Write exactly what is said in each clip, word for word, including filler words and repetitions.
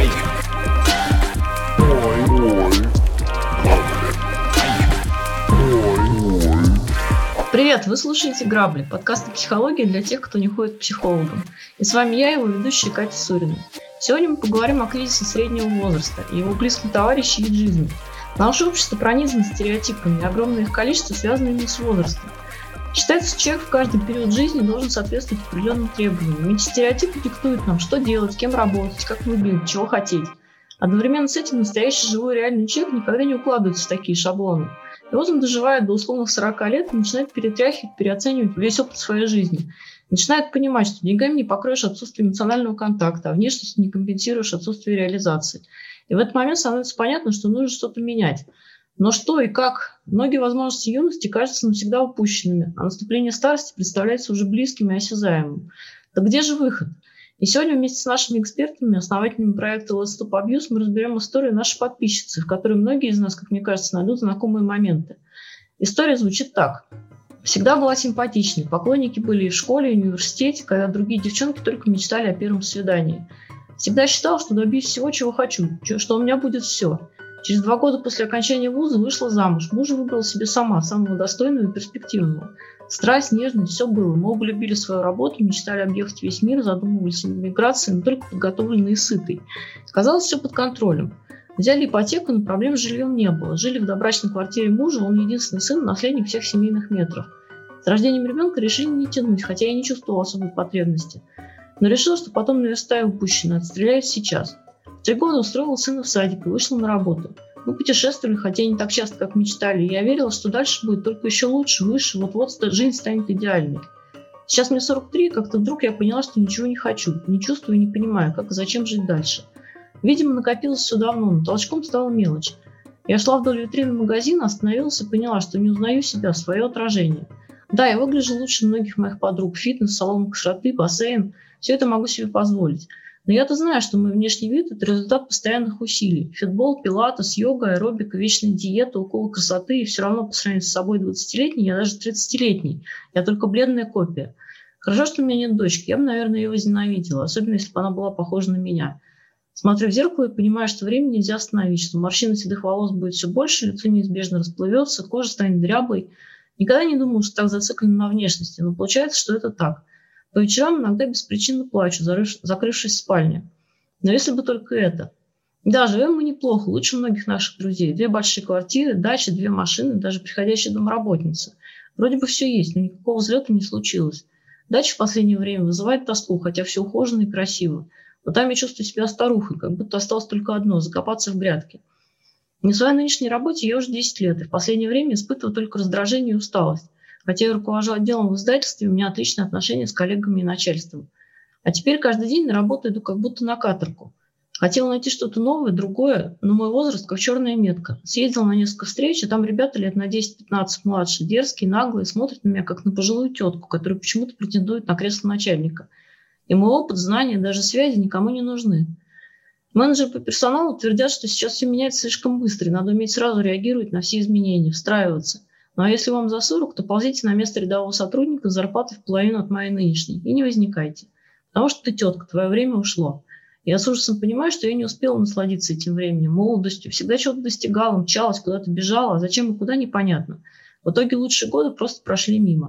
Привет, вы слушаете «Грабли», подкаст о психологии для тех, кто не ходит к психологам. И с вами я, его ведущая Катя Сурина. Сегодня мы поговорим о кризисе среднего возраста и его близком товарище вид жизни. Наше общество пронизано стереотипами, и огромное их количество связано именно с возрастом. Считается, что человек в каждый период жизни должен соответствовать определенным требованиям. Эти стереотипы диктуют нам, что делать, кем работать, как выглядеть, чего хотеть. Одновременно с этим настоящий живой реальный человек никогда не укладывается в такие шаблоны. И вот он доживает до условных сорока лет и начинает перетряхивать, переоценивать весь опыт своей жизни. Начинает понимать, что деньгами не покроешь отсутствие эмоционального контакта, а внешностью не компенсируешь отсутствие реализации. И в этот момент становится понятно, что нужно что-то менять. Но что и как? Многие возможности юности кажутся навсегда упущенными, а наступление старости представляется уже близким и осязаемым. Так где же выход? И сегодня вместе с нашими экспертами, основателями проекта Let's Stop Abuse, мы разберем историю нашей подписчицы, в которой многие из нас, как мне кажется, найдут знакомые моменты. История звучит так. Всегда была симпатичной. Поклонники были и в школе, и в университете, когда другие девчонки только мечтали о первом свидании. Всегда считала, что добьюсь всего, чего хочу, что у меня будет все. Через два года после окончания вуза вышла замуж. Мужа выбрала себе сама, самого достойного и перспективного. Страсть, нежность, все было. Мы оба любили свою работу, мечтали объехать весь мир, задумывались о миграции, но только подготовленный и сытый. Казалось, все под контролем. Взяли ипотеку, но проблем с жильем не было. Жили в добрачной квартире мужа, он единственный сын, наследник всех семейных метров. С рождением ребенка решили не тянуть, хотя я не чувствовала особой потребности. Но решила, что потом наверстаю упущенное, отстреляюсь сейчас. В три года устроила сына в садик и вышла на работу. Мы путешествовали, хотя не так часто, как мечтали. И я верила, что дальше будет только еще лучше, выше, вот-вот жизнь станет идеальной. Сейчас мне сорок три, и как-то вдруг я поняла, что ничего не хочу, не чувствую и не понимаю, как и зачем жить дальше. Видимо, накопилось все давно, но толчком стала мелочь. Я шла вдоль витрины магазина, остановилась и поняла, что не узнаю себя, свое отражение. Да, я выгляжу лучше многих моих подруг. Фитнес, салон красоты, бассейн. Все это могу себе позволить. Но я-то знаю, что мой внешний вид – это результат постоянных усилий. Фитбол, пилатес, йога, аэробика, вечная диета, уколы красоты. И все равно по сравнению с собой двадцатилетней, я даже тридцатилетний. Я только бледная копия. Хорошо, что у меня нет дочки. Я бы, наверное, ее возненавидела, особенно если бы она была похожа на меня. Смотрю в зеркало и понимаю, что время нельзя остановить, что морщин седых волос будет все больше, лицо неизбежно расплывется, кожа станет дряблой. Никогда не думала, что так зациклена на внешности, но получается, что это так. По вечерам иногда беспричинно плачу, закрывшись в спальне. Но если бы только это. Да, живем мы неплохо, лучше многих наших друзей. Две большие квартиры, дача, две машины, даже приходящая домработница. Вроде бы все есть, но никакого взлета не случилось. Дача в последнее время вызывает тоску, хотя все ухожено и красиво. Но там я чувствую себя старухой, как будто осталось только одно – закопаться в грядке. На своей нынешней работе я уже десять лет, и в последнее время испытываю только раздражение и усталость. Хотя я руковожу отделом в издательстве, у меня отличные отношения с коллегами и начальством. А теперь каждый день на работу иду как будто на каторгу. Хотела найти что-то новое, другое, но мой возраст как черная метка. Съездила на несколько встреч, и там ребята лет на десять-пятнадцать младше, дерзкие, наглые, смотрят на меня как на пожилую тетку, которая почему-то претендует на кресло начальника. И мой опыт, знания, даже связи никому не нужны. Менеджеры по персоналу твердят, что сейчас все меняется слишком быстро, и надо уметь сразу реагировать на все изменения, встраиваться. Ну а если вам за сорок, то ползите на место рядового сотрудника с зарплатой в половину от моей нынешней. И не возникайте. Потому что ты тетка, твое время ушло. Я с ужасом понимаю, что я не успела насладиться этим временем, молодостью. Всегда чего-то достигала, мчалась, куда-то бежала, а зачем и куда непонятно. В итоге лучшие годы просто прошли мимо.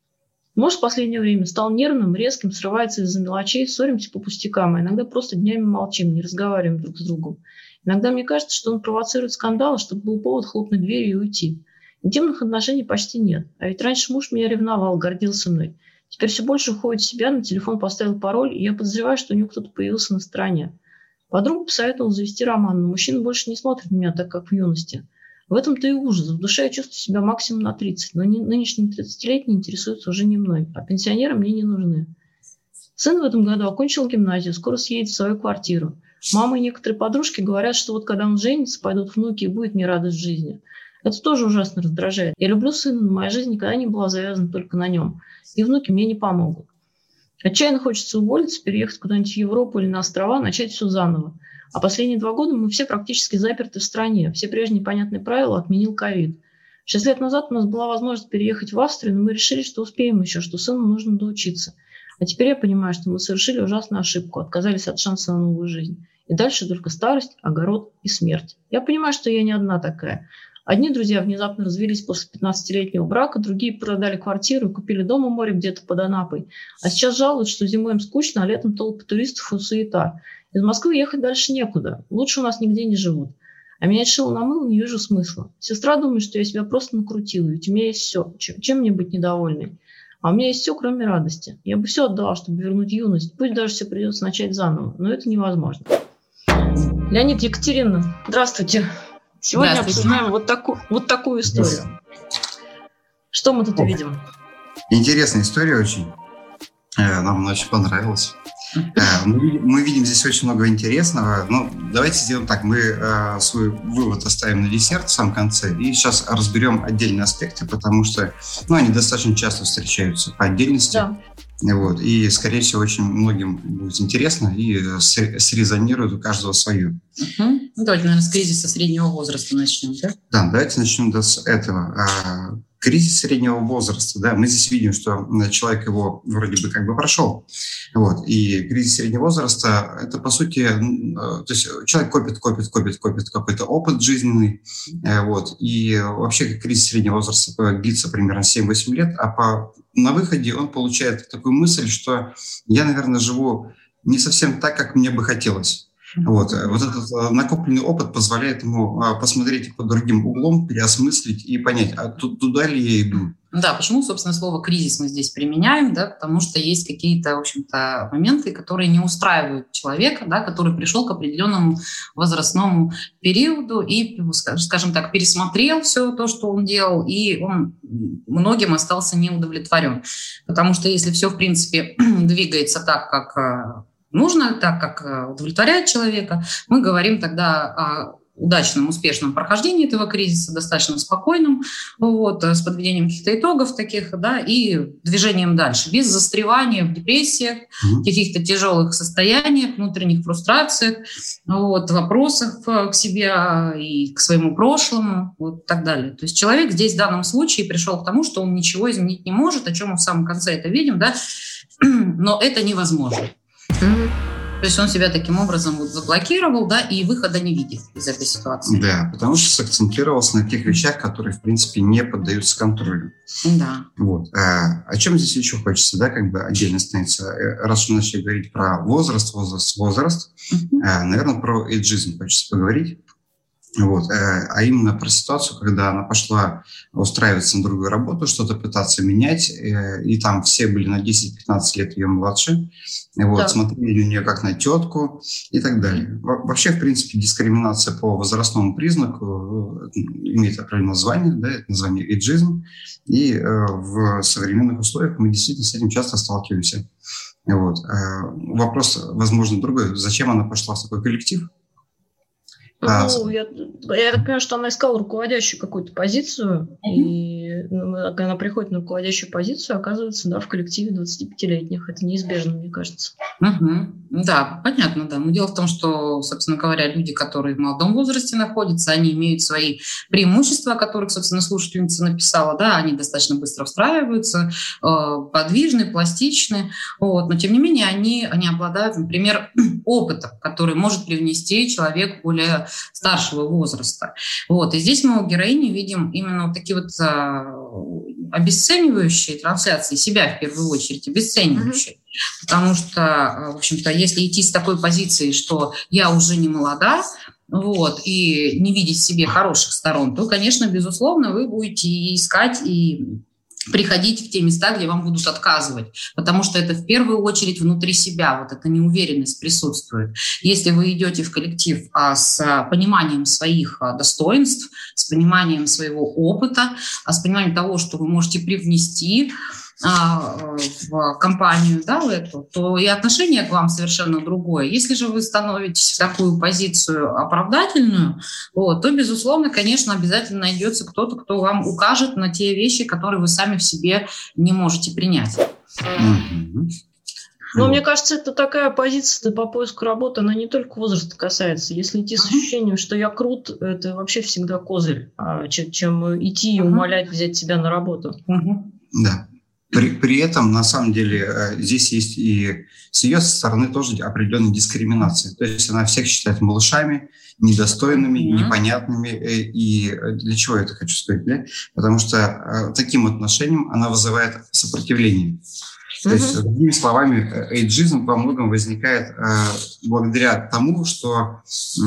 Муж в последнее время стал нервным, резким, срывается из-за мелочей, ссоримся по пустякам, а иногда просто днями молчим, не разговариваем друг с другом. Иногда мне кажется, что он провоцирует скандалы, чтобы был повод хлопнуть дверью и уйти. Интимных отношений почти нет. А ведь раньше муж меня ревновал, гордился мной. Теперь все больше уходит в себя, на телефон поставил пароль, и я подозреваю, что у него кто-то появился на стороне. Подруга посоветовала завести роман, но мужчина больше не смотрит на меня так, как в юности. В этом-то и ужас. В душе я чувствую себя максимум на тридцать, но нынешние тридцатилетние интересуются уже не мной, а пенсионеры мне не нужны. Сын в этом году окончил гимназию, скоро съедет в свою квартиру. Мама и некоторые подружки говорят, что вот когда он женится, пойдут внуки и будет мне радость в жизни. Это тоже ужасно раздражает. Я люблю сына, но моя жизнь никогда не была завязана только на нем. И внуки мне не помогут. Отчаянно хочется уволиться, переехать куда-нибудь в Европу или на острова, начать все заново. А последние два года мы все практически заперты в стране. Все прежние понятные правила отменил ковид. Шесть лет назад у нас была возможность переехать в Австрию, но мы решили, что успеем еще, что сыну нужно доучиться. А теперь я понимаю, что мы совершили ужасную ошибку, отказались от шанса на новую жизнь. И дальше только старость, огород и смерть. Я понимаю, что я не одна такая. Одни друзья внезапно развелись после пятнадцатилетнего брака, другие продали квартиру и купили дом у моря где-то под Анапой. А сейчас жалуются, что зимой им скучно, а летом толпы туристов и суета. Из Москвы ехать дальше некуда. Лучше у нас нигде не живут. А менять шило на мыло не вижу смысла. Сестра думает, что я себя просто накрутила, ведь у меня есть все. Чем, чем мне быть недовольной? А у меня есть все, кроме радости. Я бы все отдала, чтобы вернуть юность. Пусть даже все придется начать заново, но это невозможно. Леонид, Екатерина, здравствуйте. Сегодня обсуждаем вот такую, вот такую историю. Что мы тут увидим? Интересная история очень. Нам она очень понравилась. Мы видим, мы видим здесь очень много интересного. Ну, давайте сделаем так. Мы э, свой вывод оставим на десерт в самом конце. И сейчас разберем отдельные аспекты, потому что ну, они достаточно часто встречаются по отдельности. Да. Вот, и, скорее всего, очень многим будет интересно и срезонирует у каждого свое. Угу. Ну, давайте, наверное, с кризиса среднего возраста начнем, да? Да, давайте начнем да, с этого. Кризис среднего возраста, да, мы здесь видим, что человек его вроде бы как бы прошел. Вот, и кризис среднего возраста – это, по сути, то есть человек копит, копит, копит, копит какой-то опыт жизненный. Вот, и вообще кризис среднего возраста длится примерно семь-восемь лет, а по на выходе он получает такую мысль, что я, наверное, живу не совсем так, как мне бы хотелось. Вот, вот этот накопленный опыт позволяет ему посмотреть под другим углом, переосмыслить и понять, а туда ли я иду. Да, почему, собственно, слово «кризис» мы здесь применяем, да, потому что есть какие-то, в общем-то, моменты, которые не устраивают человека, да, который пришел к определенному возрастному периоду и, скажем так, пересмотрел все то, что он делал, и он многим остался неудовлетворен. Потому что если все, в принципе, двигается так, как нужно, так, как удовлетворяет человека, мы говорим тогда о удачном, успешном прохождении этого кризиса, достаточно спокойным, вот, с подведением каких-то итогов таких, да, и движением дальше, без застревания в депрессиях, mm-hmm. каких-то тяжелых состояниях, внутренних фрустрациях, вот, вопросах к себе и к своему прошлому, вот, так далее. То есть человек здесь в данном случае пришел к тому, что он ничего изменить не может, о чем мы в самом конце это видим, да, но это невозможно. Mm-hmm. То есть он себя таким образом вот заблокировал, да, и выхода не видит из этой ситуации. Да, потому что сакцентировался на тех вещах, которые, в принципе, не поддаются контролю. Да. Вот. А, о чем здесь еще хочется, да, как бы отдельно становиться? Раз мы начали говорить про возраст, возраст, возраст, uh-huh. а, наверное, про эйджизм хочется поговорить. Вот. А именно про ситуацию, когда она пошла устраиваться на другую работу, что-то пытаться менять, и там все были на десять-пятнадцать лет ее младше, вот, да. Смотрели на нее как на тетку и так далее. Вообще, в принципе, дискриминация по возрастному признаку имеет определенное название, да, это название эйджизм, и в современных условиях мы действительно с этим часто сталкиваемся. Вот. Вопрос, возможно, другой. Зачем она пошла в такой коллектив? Ну, а, я, я так понимаю, что она искала руководящую какую-то позицию, mm-hmm. и ну, когда она приходит на руководящую позицию, оказывается, да, в коллективе двадцатипятилетних. Это неизбежно, мне кажется. Mm-hmm. Да, понятно, да. Но дело в том, что, собственно говоря, люди, которые в молодом возрасте находятся, они имеют свои преимущества, о которых, собственно, слушательница написала, да, они достаточно быстро встраиваются, подвижны, пластичны, вот, но, тем не менее, они, они обладают, например, опытом, который может привнести человек более старшего возраста. Вот. И здесь мы у героини видим именно вот такие вот а, обесценивающие трансляции себя в первую очередь, обесценивающие. Mm-hmm. Потому что, в общем-то, если идти с такой позиции, что я уже не молода, вот, и не видеть в себе хороших сторон, то, конечно, безусловно, вы будете искать и приходить в те места, где вам будут отказывать, потому что это в первую очередь внутри себя, вот эта неуверенность присутствует. Если вы идете в коллектив а, с пониманием своих а, достоинств, с пониманием своего опыта, а, с пониманием того, что вы можете привнести в компанию, да, в эту, то и отношение к вам совершенно другое. Если же вы становитесь в такую позицию оправдательную, вот, то, безусловно, конечно, обязательно найдется кто-то, кто вам укажет на те вещи, которые вы сами в себе не можете принять. Mm-hmm. Но вот. Мне кажется, это такая позиция по поиску работы, она не только возраста касается. Если идти с ощущением, что я крут, это вообще всегда козырь, чем идти и умолять взять тебя на работу. Mm-hmm. Да. При, при этом, на самом деле, здесь есть и с ее стороны тоже определенная дискриминация. То есть она всех считает малышами, недостойными, mm-hmm. непонятными. И для чего я это хочу сказать? Да? Потому что таким отношением она вызывает сопротивление. То есть, mm-hmm. другими словами, эйджизм во многом возникает э, благодаря тому, что э,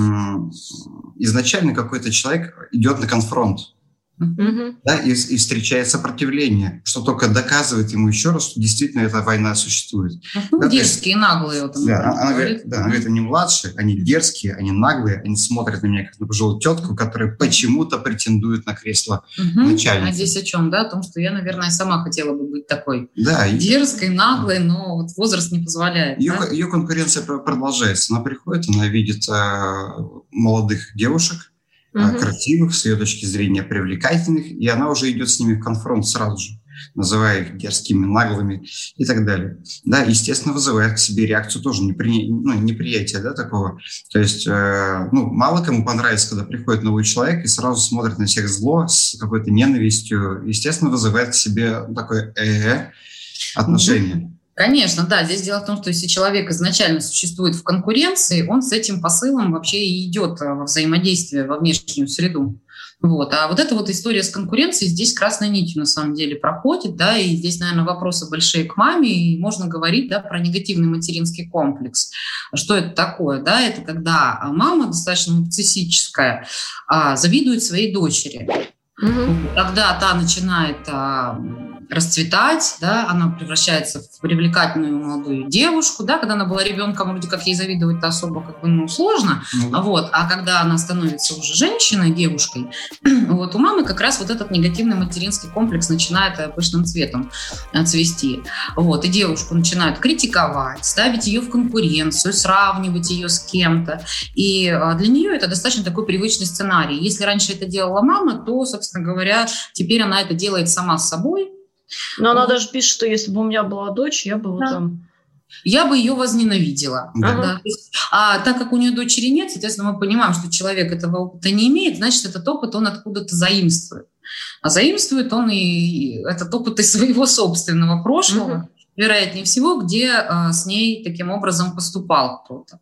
изначально какой-то человек идет на конфронт, mm-hmm. да, и, и встречает сопротивление, что только доказывает ему еще раз, что действительно эта война существует. Mm-hmm. Да, дерзкие, есть, наглые. Вот да, она, она, говорит, да, она говорит, они младшие, они дерзкие, они наглые, они смотрят на меня как на пожилую тетку, которая почему-то претендует на кресло mm-hmm. начальницы. А здесь о чем? Да? О том, что я, наверное, сама хотела бы быть такой да, дерзкой, и... наглой, но вот возраст не позволяет. Ее, да? ее конкуренция продолжается. Она приходит, она видит э, молодых девушек, Uh-huh. красивых, с ее точки зрения привлекательных, и она уже идет с ними в конфронт сразу же, называя их дерзкими, наглыми и так далее. Да, естественно, вызывает к себе реакцию тоже непри... ну, неприятия, да, такого. То есть, э, ну, мало кому понравится, когда приходит новый человек и сразу смотрит на всех зло с какой-то ненавистью. Естественно, вызывает к себе такое э-э отношение. Uh-huh. Конечно, да. Здесь дело в том, что если человек изначально существует в конкуренции, он с этим посылом вообще и идет во взаимодействие, во внешнюю среду. Вот. А вот эта вот история с конкуренцией здесь красной нитью на самом деле проходит, да, и здесь, наверное, вопросы большие к маме, и можно говорить, да, про негативный материнский комплекс. Что это такое? Да, это когда мама достаточно нарциссическая завидует своей дочери. Mm-hmm. Когда та начинает а, расцветать, да, она превращается в привлекательную молодую девушку, да, когда она была ребенком, вроде как ей завидовать-то особо как бы, ну, сложно, mm-hmm. вот, а когда она становится уже женщиной, девушкой, вот, у мамы как раз вот этот негативный материнский комплекс начинает пышным цветом цвести, вот, и девушку начинают критиковать, ставить ее в конкуренцию, сравнивать ее с кем-то, и а, для нее это достаточно такой привычный сценарий. Если раньше это делала мама, то, собственно говоря, теперь она это делает сама с собой. Но она даже пишет, что если бы у меня была дочь, я бы вот да. там... Я бы ее возненавидела. Ага. Да. А так как у нее дочери нет, соответственно, мы понимаем, что человек этого опыта не имеет, значит, этот опыт он откуда-то заимствует. А заимствует он и этот опыт из своего собственного прошлого, ага. вероятнее всего, где а, с ней таким образом поступал кто-то.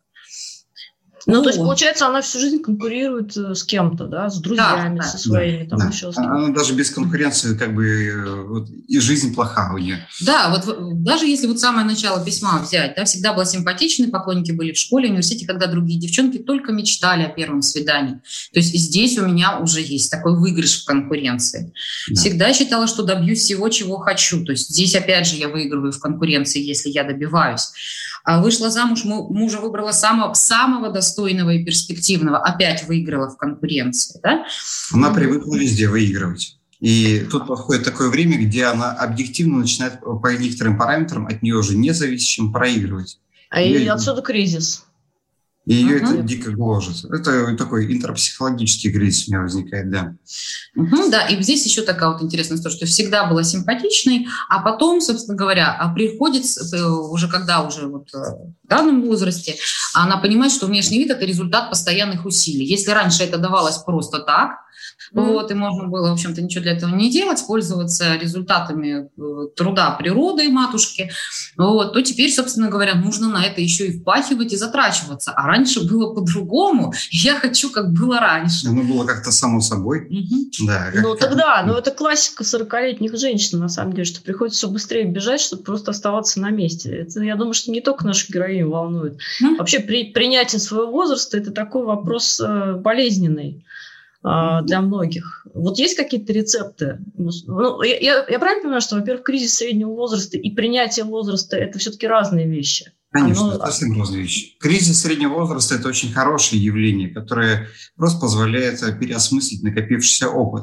Ну, ну, то есть, получается, она всю жизнь конкурирует с кем-то, да, с друзьями, да, со своими, да, там, да. еще с кем-то. Она даже без конкуренции, как бы, вот, и жизнь плоха у нее. Да, вот даже если вот самое начало письма взять, да, всегда была симпатичной, поклонники были в школе, в университете, когда другие девчонки только мечтали о первом свидании. То есть здесь у меня уже есть такой выигрыш в конкуренции. Да. Всегда считала, что добьюсь всего, чего хочу. То есть здесь, опять же, я выигрываю в конкуренции, если я добиваюсь. А вышла замуж, мужа выбрала самого, самого достойного и перспективного, опять выиграла в конкуренции. Да? Она привыкла везде выигрывать. И тут подходит такое время, где она объективно начинает по некоторым параметрам от нее уже независящим проигрывать. А и отсюда кризис. И ее uh-huh. это дико гложет. Это такой интерпсихологический кризис у меня возникает, да. Uh-huh, да, и здесь еще такая вот интересная история, что всегда была симпатичной, а потом, собственно говоря, приходит уже когда уже вот в данном возрасте, она понимает, что внешний вид – это результат постоянных усилий. Если раньше это давалось просто так, Mm-hmm. вот, и можно было, в общем-то, ничего для этого не делать, пользоваться результатами труда природы матушки, вот, то теперь, собственно говоря, нужно на это еще и впахивать и затрачиваться. А раньше было по-другому, я хочу, как было раньше. Оно было как-то само собой. Mm-hmm. Да, как, ну, тогда, ну, это классика сорокалетних женщин, на самом деле, что приходится все быстрее бежать, чтобы просто оставаться на месте. Это, я думаю, что не только нашу героиню волнует. Mm-hmm. Вообще, при, принятие своего возраста – это такой вопрос э, болезненный для многих. Вот есть какие-то рецепты? Ну, я, я, я правильно понимаю, что, во-первых, кризис среднего возраста и принятие возраста – это все-таки разные вещи? Конечно, Оно... это совсем разные вещи. Кризис среднего возраста – это очень хорошее явление, которое просто позволяет переосмыслить накопившийся опыт.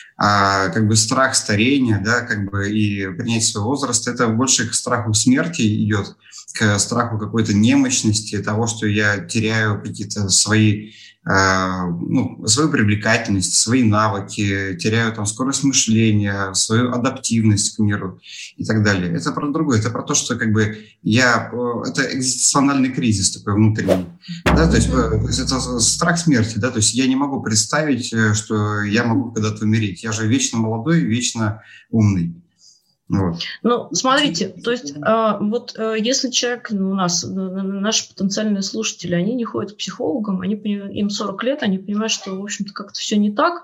А как бы страх старения, да, как бы и принятие своего возраста – это больше к страху смерти идет, к страху какой-то немощности, того, что я теряю какие-то свои ну, свою привлекательность, свои навыки, теряю там скорость мышления, свою адаптивность к миру и так далее. Это про другое, это про то, что как бы я... Это экзистенциальный кризис такой внутренний. Да? То есть это страх смерти, да? То есть я не могу представить, что я могу когда-то умереть. Я же вечно молодой, вечно умный. Вот. Ну, смотрите, то есть э, вот э, если человек, ну, у нас, э, наши потенциальные слушатели, они не ходят к психологам, они, им сорок лет, они понимают, что, в общем-то, как-то все не так,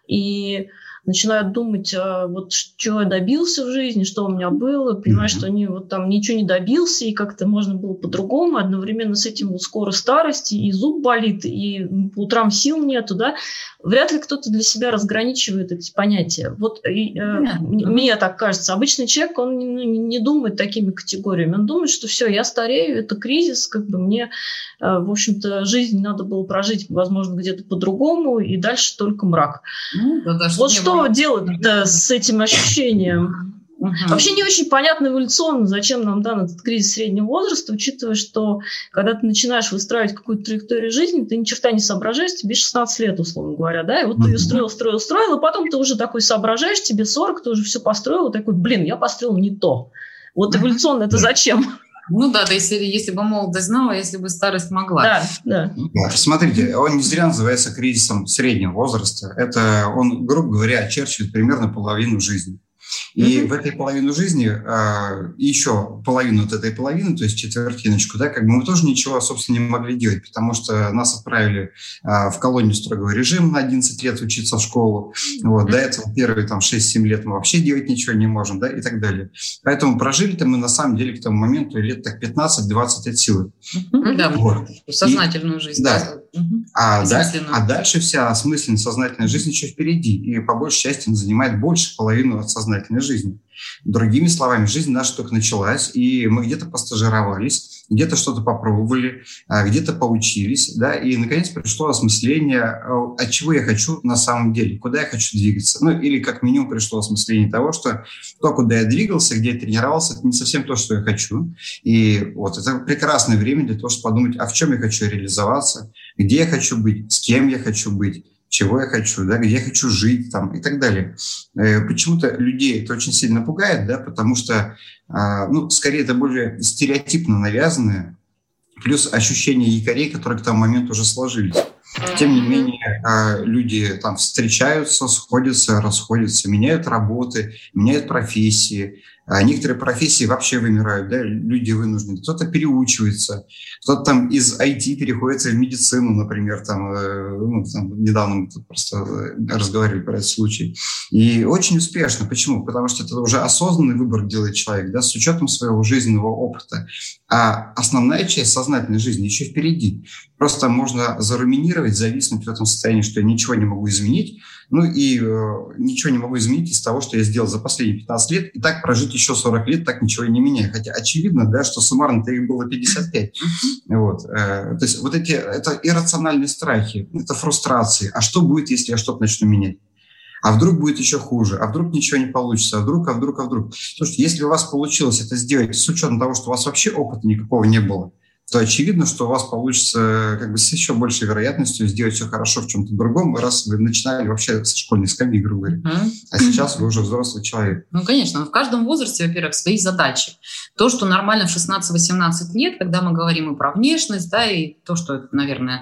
и начинают думать, а, вот чего я добился в жизни, что у меня было, понимают, mm-hmm. что они вот там ничего не добился, и как-то можно было по-другому, одновременно с этим вот скоро старость, и зуб болит, и по утрам сил нету, да, вряд ли кто-то для себя разграничивает эти понятия. Вот и, э, mm-hmm. мне так кажется, обычный человек, он не, не думает такими категориями, он думает, что все, я старею, это кризис, как бы мне, э, в общем-то, жизнь надо было прожить, возможно, где-то по-другому, и дальше только мрак. Mm-hmm. Да, вот что делать-то с этим ощущением? Uh-huh. Вообще не очень понятно эволюционно, зачем нам дан этот кризис среднего возраста, учитывая, что когда ты начинаешь выстраивать какую-то траекторию жизни, ты ни черта не соображаешь, тебе шестнадцать лет, условно говоря, да, и вот uh-huh. ты ее строил, строил, строил, и потом ты уже такой соображаешь, тебе сорок, ты уже все построил, и такой, блин, я построил не то. Вот эволюционно uh-huh. это зачем? Ну да, да, если, если бы молодость знала, если бы старость могла. Да, да. Да, смотрите, он не зря называется кризисом среднего возраста. Это он, грубо говоря, очерчивает примерно половину жизни. И mm-hmm. в этой половину жизни э, еще половину от этой половины, то есть четвертиночку, да, как бы мы тоже ничего, собственно, не могли делать, потому что нас отправили э, в колонию строгого режима на одиннадцать лет учиться в школу. Вот, mm-hmm. До этого первые там, шесть-семь лет мы вообще делать ничего не можем, да, и так далее. Поэтому прожили-то мы на самом деле к тому моменту лет так пятнадцать-двадцать от силы. Mm-hmm. Да, вот. Сознательную и, жизнь. Да. Mm-hmm. А, да, а дальше вся осмысленная сознательная жизнь еще впереди, и по большей части она занимает больше половину от сознательной жизни. Другими словами, жизнь наша только началась, и мы где-то постажировались, где-то что-то попробовали, где-то поучились, да, и, наконец, пришло осмысление, от чего я хочу на самом деле, куда я хочу двигаться. Ну, или, как минимум, пришло осмысление того, что то, куда я двигался, где я тренировался, это не совсем то, что я хочу. И вот это прекрасное время для того, чтобы подумать, а в чем я хочу реализоваться, где я хочу быть, с кем я хочу быть, чего я хочу, да, где я хочу жить там, и так далее. Почему-то людей это очень сильно пугает, да, потому что, ну, скорее, это более стереотипно навязанное, плюс ощущение якорей, которые к тому моменту уже сложились. Тем не менее, люди там встречаются, сходятся, расходятся, меняют работы, меняют профессии. Некоторые профессии вообще вымирают, да, люди вынуждены. Кто-то переучивается, кто-то там из ай ти переходит в медицину, например, там, ну, там недавно мы тут просто разговаривали про этот случай. И очень успешно. Почему? Потому что это уже осознанный выбор делает человек, да, с учетом своего жизненного опыта. А основная часть сознательной жизни еще впереди. Просто можно заруминировать, зависнуть в этом состоянии, что я ничего не могу изменить, ну и э, ничего не могу изменить из того, что я сделал за последние пятнадцать лет, и так прожить еще сорок лет, так ничего и не меняя. Хотя очевидно, да, что суммарно-то их было пятьдесят пять. Вот. Э, то есть вот эти, это иррациональные страхи, это фрустрации. А что будет, если я что-то начну менять? А вдруг будет еще хуже? А вдруг ничего не получится? А вдруг, а вдруг, а вдруг? Слушайте, если у вас получилось это сделать с учетом того, что у вас вообще опыта никакого не было, то очевидно, что у вас получится как бы с еще большей вероятностью сделать все хорошо в чем-то другом, раз вы начинали вообще со школьной скамьи, грубо говоря. Mm-hmm. А сейчас вы уже взрослый человек. Ну, конечно. В каждом возрасте, во-первых, свои задачи. То, что нормально в шестнадцать-восемнадцать лет, когда мы говорим и про внешность, да, и то, что, наверное,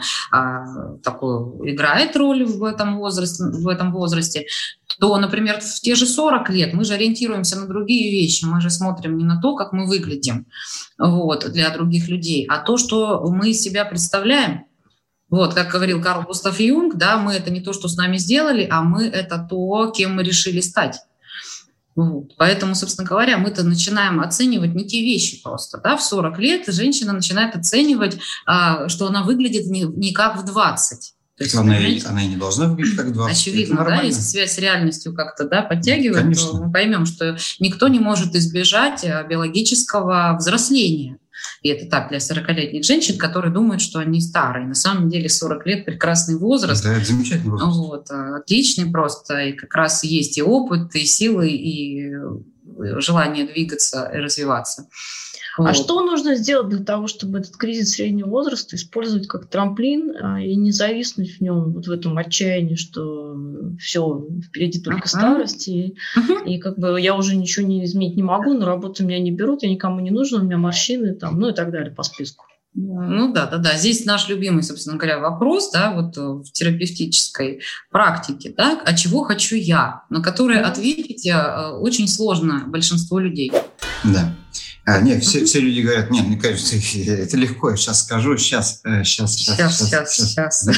такое играет роль в этом возрасте, в этом возрасте, то, например, в те же сорок лет мы же ориентируемся на другие вещи, мы же смотрим не на то, как мы выглядим, вот, для других людей, а то, что мы из себя представляем. Вот, как говорил Карл Густав Юнг, да, мы это не то, что с нами сделали, а мы это то, кем мы решили стать. Вот. Поэтому, собственно говоря, мы-то начинаем оценивать не те вещи просто. Да? В сорок лет женщина начинает оценивать, что она выглядит не, не как в двадцать. То есть, она, и, она и не должна выглядеть как двадцать. Очевидно, да, если связь с реальностью как-то, да, подтягивать, конечно, то мы поймем, что никто не может избежать биологического взросления. И это так для сорокалетних женщин, которые думают, что они старые. На самом деле сорок лет – прекрасный возраст. Да, это замечательный возраст. Вот, отличный просто. И как раз есть и опыт, и силы, и желание двигаться и развиваться. А вот. Что нужно сделать для того, чтобы этот кризис среднего возраста использовать как трамплин а, и не зависнуть в нем, вот в этом отчаянии, что все, впереди только uh-huh. старость, и, uh-huh. и как бы я уже ничего не изменить не могу, на работу меня не берут, я никому не нужен, у меня морщины, там, ну и так далее по списку. Ну да, да, да. Здесь наш любимый, собственно говоря, вопрос, да, вот в терапевтической практике, да, а чего хочу я, на который ответить очень сложно большинству людей. Да. А, нет, все, все люди говорят, нет, мне кажется, это легко, я сейчас скажу, сейчас, сейчас, сейчас, сейчас, сейчас. сейчас.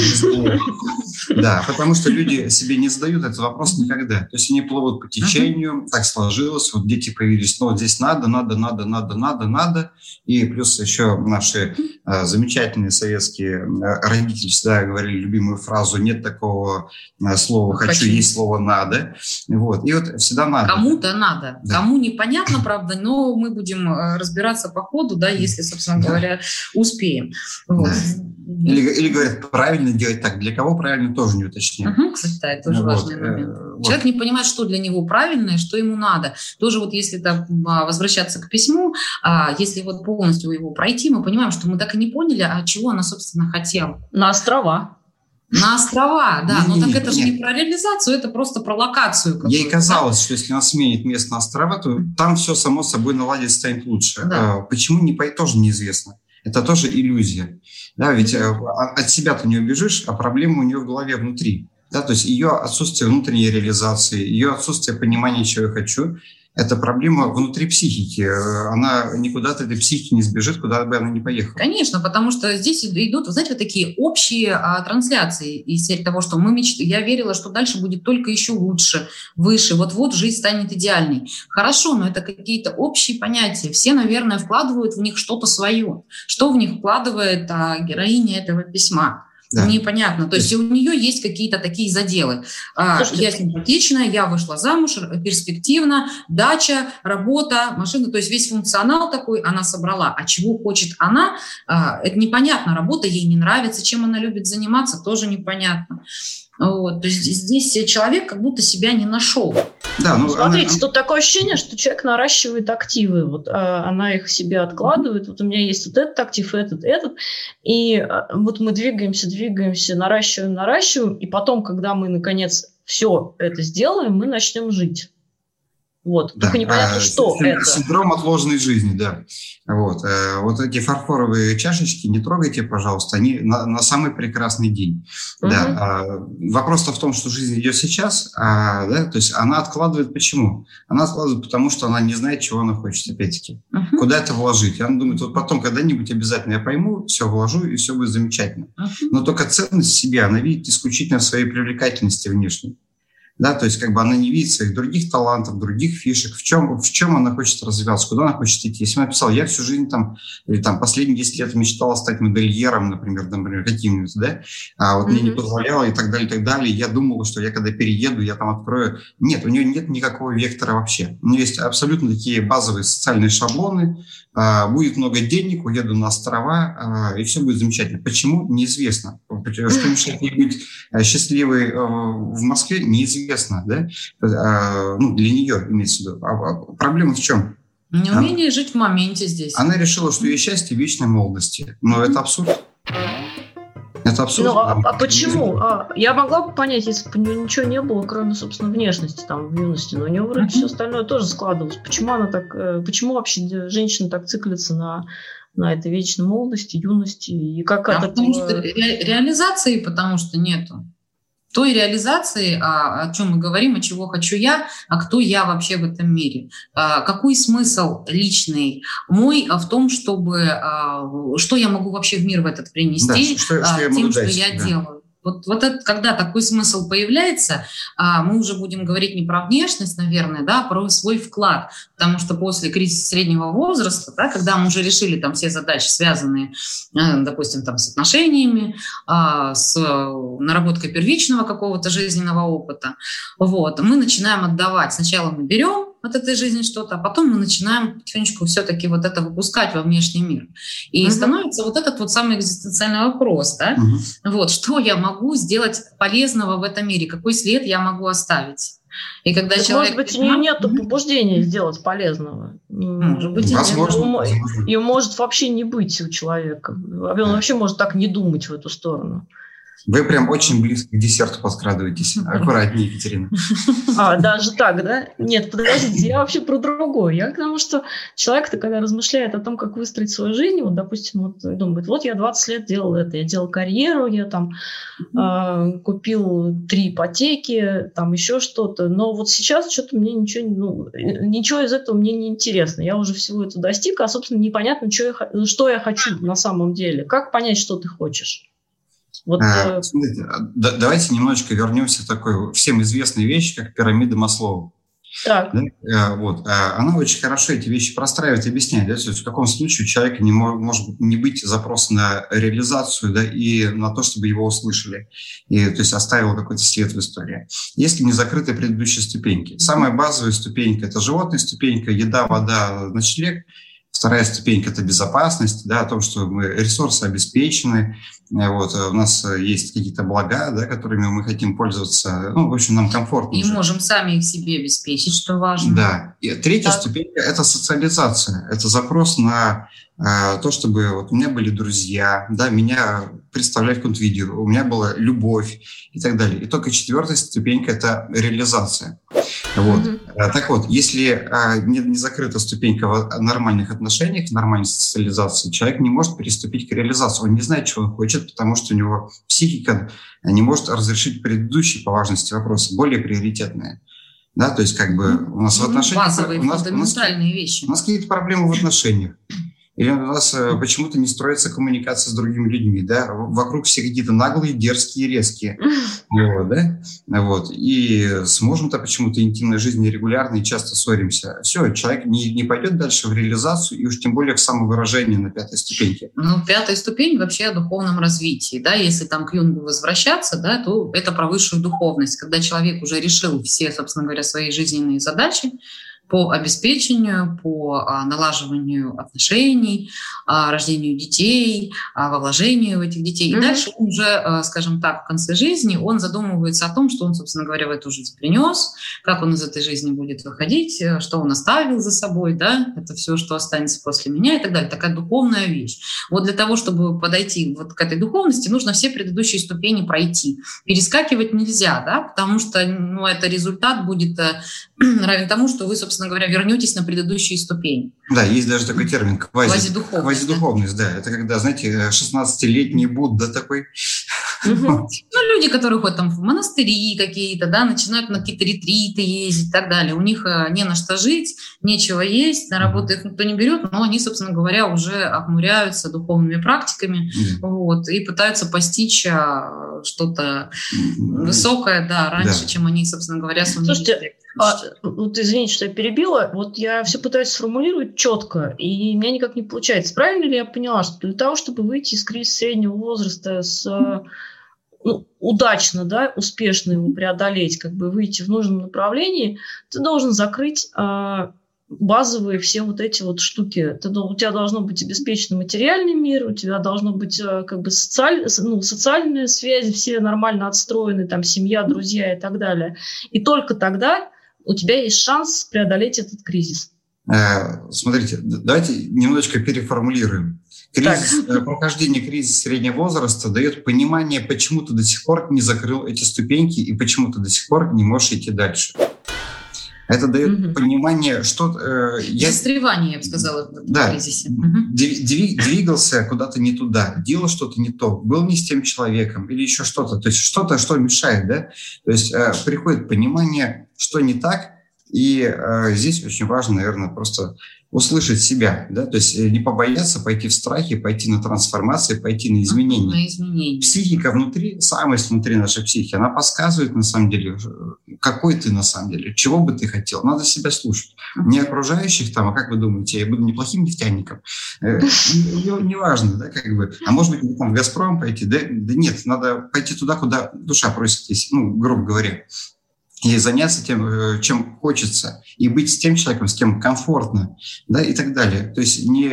Да, потому что люди себе не задают этот вопрос никогда. То есть они плывут по течению, uh-huh. так сложилось, вот дети появились, ну вот здесь надо, надо, надо, надо, надо, надо. И плюс еще наши а, замечательные советские родители всегда говорили любимую фразу «нет такого а, слова «хочу», «хочу», есть слово «надо». Вот. И вот всегда надо. Кому-то надо, да. Кому непонятно, правда, но мы будем разбираться по ходу, да, если, собственно да. говоря, успеем. Вот. Да. Или, или говорят, правильно делать так. Для кого правильно, тоже не уточняем. Угу, кстати, да, это тоже вот. важный момент. Вот. Человек не понимает, что для него правильно и что ему надо. Тоже вот если так, возвращаться к письму, если вот полностью его пройти, мы понимаем, что мы так и не поняли, а чего она, собственно, хотела. На острова. На острова, да. Не, но не, так не, это же нет. не про реализацию, это просто про локацию. Ей казалось, да? что если она сменит место на острова, то там все само собой наладится, станет лучше. Да. Почему не пойти, тоже неизвестно. Это тоже иллюзия. Да, ведь mm-hmm. от себя-то не убежишь, а проблема у нее в голове внутри. Да, то есть ее отсутствие внутренней реализации, ее отсутствие понимания, чего я хочу, это проблема внутри психики. Она никуда от этой психики не сбежит, куда бы она ни поехала. Конечно, потому что здесь идут, вы знаете, вот такие общие а, трансляции из серии того, что мы мечт... я верила, что дальше будет только еще лучше, выше, вот-вот жизнь станет идеальной. Хорошо, но это какие-то общие понятия. Все, наверное, вкладывают в них что-то свое. Что в них вкладывает а, героиня этого письма? Да. Непонятно. То есть у нее есть какие-то такие заделы. Слушайте, я симпатичная, я вышла замуж, перспективно, дача, работа, машина. То есть весь функционал такой она собрала. А чего хочет она, это непонятно. Работа ей не нравится, чем она любит заниматься, тоже непонятно. Вот. То есть здесь человек как будто себя не нашел. Да, ну, смотрите, она... тут такое ощущение, что человек наращивает активы. Вот а, она их себе откладывает. Вот у меня есть вот этот актив, этот, этот. И а, вот мы двигаемся, двигаемся, наращиваем, наращиваем. И потом, когда мы, наконец, все это сделаем, мы начнем жить. Вот. Да. Только непонятно, а, что синдром, это. Синдром отложенной жизни, да. Вот. Вот эти фарфоровые чашечки не трогайте, пожалуйста, они на, на самый прекрасный день. Угу. Да. Вопрос-то в том, что жизнь идет сейчас, а, да, то есть она откладывает почему? Она откладывает потому, что она не знает, чего она хочет, опять-таки. Угу. Куда это вложить? Она думает, вот потом когда-нибудь обязательно я пойму, все вложу, и все будет замечательно. Угу. Но только ценность в себе она видит исключительно в своей привлекательности внешней. Да, то есть как бы она не видит своих других талантов, других фишек, в чем, в чем она хочет развиваться, куда она хочет идти. Если она писала, я всю жизнь там, или там последние десять лет мечтала стать модельером, например, например каким-нибудь, да, а вот mm-hmm. мне не позволяло и так далее, и так далее. Я думала, что я когда перееду, я там открою. Нет, у нее нет никакого вектора вообще. У нее есть абсолютно такие базовые социальные шаблоны. А, будет много денег, уеду на острова, а, и все будет замечательно. Почему? Неизвестно. Что мешает ей быть счастливой а, в Москве? Неизвестно, да? А, ну, для нее имеется в виду. А, а проблема в чем? Неумение она, жить в моменте здесь. Она решила, что ее счастье в вечной молодости. Но это абсурд. Это абсурд. Ну, а, а почему? А, я могла бы понять, если бы у нее ничего не было, кроме, собственно, внешности там в юности, но у нее вроде uh-huh. все остальное тоже складывалось. Почему она так, почему вообще женщина так циклится на, на этой вечной молодости, юности? И как а это... Потому что ре- реализации потому что нету. Той реализации, о, о чем мы говорим, о чего хочу я, а кто я вообще в этом мире. А, какой смысл личный мой в том, чтобы... А, что я могу вообще в мир в этот принести, да, что, а, что я тем, что дать, я да. делаю. Вот, вот это, когда такой смысл появляется, а, мы уже будем говорить не про внешность, наверное, да, а про свой вклад. Потому что после кризиса среднего возраста, да, когда мы уже решили там все задачи, связанные, э, допустим, там, с отношениями, э, с наработкой первичного какого-то жизненного опыта, вот, мы начинаем отдавать. Сначала мы берем от этой жизни что-то, а потом мы начинаем потихонечку все-таки вот это выпускать во внешний мир. И uh-huh. становится вот этот вот самый экзистенциальный вопрос, да? Uh-huh. Вот, что я могу сделать полезного в этом мире, какой след я могу оставить? И когда так человек... Может быть, у нее нет побуждения сделать полезного. Может быть, возможно. Ее может вообще не быть у человека. Он вообще может так не думать в эту сторону. Вы прям очень близко к десерту подкрадываетесь. Аккуратнее, Екатерина. А, даже так, да? Нет, подождите, я вообще про другое. Я к тому, что человек-то, когда размышляет о том, как выстроить свою жизнь, вот, допустим, вот думает, вот я двадцать лет делал это, я делал карьеру, я там э, купил три ипотеки, там еще что-то, но вот сейчас что-то мне ничего, ну, ничего из этого мне не интересно. Я уже всего этого достиг, а, собственно, непонятно, что я, что я хочу на самом деле. Как понять, что ты хочешь? Вот, а, смотрите, да, давайте немножечко вернемся к такой всем известной вещи, как пирамида Маслоу. Так. Да? А, вот. А, она очень хорошо эти вещи простраивает и объясняет, да? То есть в каком случае у человека не может, может не быть запроса на реализацию, да, и на то, чтобы его услышали, и, то есть оставил какой-то след в истории. Если не закрыты предыдущие ступеньки. Самая базовая ступенька – это животная ступенька, еда, вода, ночлег. Вторая ступенька – это безопасность, да, о том, что мы ресурсы обеспечены, вот, у нас есть какие-то блага, да, которыми мы хотим пользоваться, ну, в общем, нам комфортно. И уже. можем сами их себе обеспечить, что важно. Да. И третья так. ступенька – это социализация, это запрос на э, то, чтобы вот у меня были друзья, да, меня представляли в каком-то виде, у меня была любовь и так далее. И только четвертая ступенька – это реализация. Вот. Mm-hmm. Так вот, если а, не, не закрыта ступенька в нормальных отношениях, в нормальной социализации, человек не может переступить к реализации. Он не знает, чего он хочет, потому что у него психика не может разрешить предыдущие по важности вопросы, более приоритетные. Да, то есть как бы у нас mm-hmm. в отношениях... Базовые, у нас, фундаментальные у нас, вещи. У нас какие-то проблемы в отношениях. Или у нас э, почему-то не строится коммуникация с другими людьми, да, вокруг все какие-то наглые, дерзкие, резкие, вот, да, вот, и с мужем-то почему-то интимной жизни регулярно и часто ссоримся. Все, человек не, не пойдет дальше в реализацию и уж тем более к самовыражению на пятой ступеньке. Ну, пятая ступень вообще о духовном развитии, да, если там к Юнгу возвращаться, да, то это про высшую духовность, когда человек уже решил все, собственно говоря, свои жизненные задачи, по обеспечению, по а, налаживанию отношений, а, рождению детей, а, во вложению в этих детей. Mm-hmm. И дальше он уже, а, скажем так, в конце жизни он задумывается о том, что он, собственно говоря, в эту жизнь принес, как он из этой жизни будет выходить, что он оставил за собой, да, это все, что останется после меня и так далее. Такая духовная вещь. Вот для того, чтобы подойти вот к этой духовности, нужно все предыдущие ступени пройти. Перескакивать нельзя, да, потому что ну, это результат будет равен тому, что вы, собственно говоря, вернетесь на предыдущие ступени. Да, есть даже такой термин квази, квазидуховность. Квазидуховность, да. да. Это когда, знаете, шестнадцатилетний Будда такой. Ну, люди, которые ходят там в монастыри какие-то, да, начинают на какие-то ретриты ездить и так далее. У них не на что жить, нечего есть, на работу их никто не берет, но они, собственно говоря, уже охмуряются духовными практиками, вот, и пытаются постичь что-то высокое, да, раньше, да. чем они, собственно говоря, сумели. Слушайте, а, вот извините, что я перебила. Вот я все пытаюсь сформулировать четко, и у меня никак не получается. Правильно ли я поняла, что для того, чтобы выйти из кризиса среднего возраста с ну, удачно, да, успешно его преодолеть, как бы выйти в нужном направлении, ты должен закрыть а, базовые все вот эти вот штуки. Ты, у тебя должно быть обеспечен материальный мир, у тебя должно быть как бы социаль, ну, социальные связи все нормально отстроены, там семья, друзья и так далее. И только тогда у тебя есть шанс преодолеть этот кризис. Смотрите, давайте немножечко переформулируем. Кризис, прохождение кризиса среднего возраста дает понимание, почему ты до сих пор не закрыл эти ступеньки и почему ты до сих пор не можешь идти дальше. Это дает угу. понимание, что... Э, я... Застревание, я бы сказала, в да, кризисе. Угу. Двигался куда-то не туда, делал что-то не то, был не с тем человеком или еще что-то. То есть что-то, что мешает, да? То есть э, приходит понимание, что не так, и э, здесь очень важно, наверное, просто услышать себя, да, то есть не побояться пойти в страхе, пойти на трансформацию, пойти на изменения. На изменения. Психика внутри, самость внутри нашей психики, она подсказывает на самом деле, какой ты на самом деле, чего бы ты хотел. Надо себя слушать. Не окружающих там, а как вы думаете, я буду неплохим нефтяником? Неважно, да, как бы. А может быть, там в «Газпром» пойти? Да, да нет, надо пойти туда, куда душа просит, ну, грубо говоря. И заняться тем, чем хочется, и быть с тем человеком, с кем комфортно, да, и так далее. То есть не,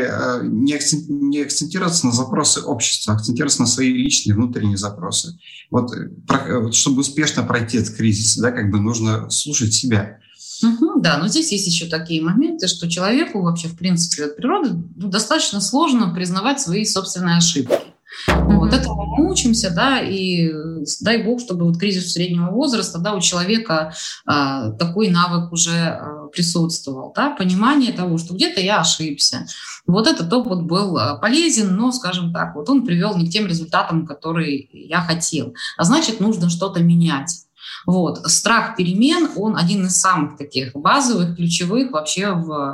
не акцентироваться на запросы общества, а акцентироваться на свои личные внутренние запросы. Вот, вот чтобы успешно пройти этот кризис, да, как бы нужно слушать себя. Угу, да, но здесь есть еще такие моменты, что человеку вообще, в принципе, от природы ну, достаточно сложно признавать свои собственные ошибки. Mm-hmm. Вот этому мы учимся, да, и дай бог, чтобы вот к кризису среднего возраста, да, у человека а, такой навык уже а, присутствовал, да, понимание того, что где-то я ошибся. Вот этот опыт был полезен, но, скажем так, вот он привел не к тем результатам, которые я хотел. А значит, нужно что-то менять. Вот. Страх перемен, он один из самых таких базовых, ключевых вообще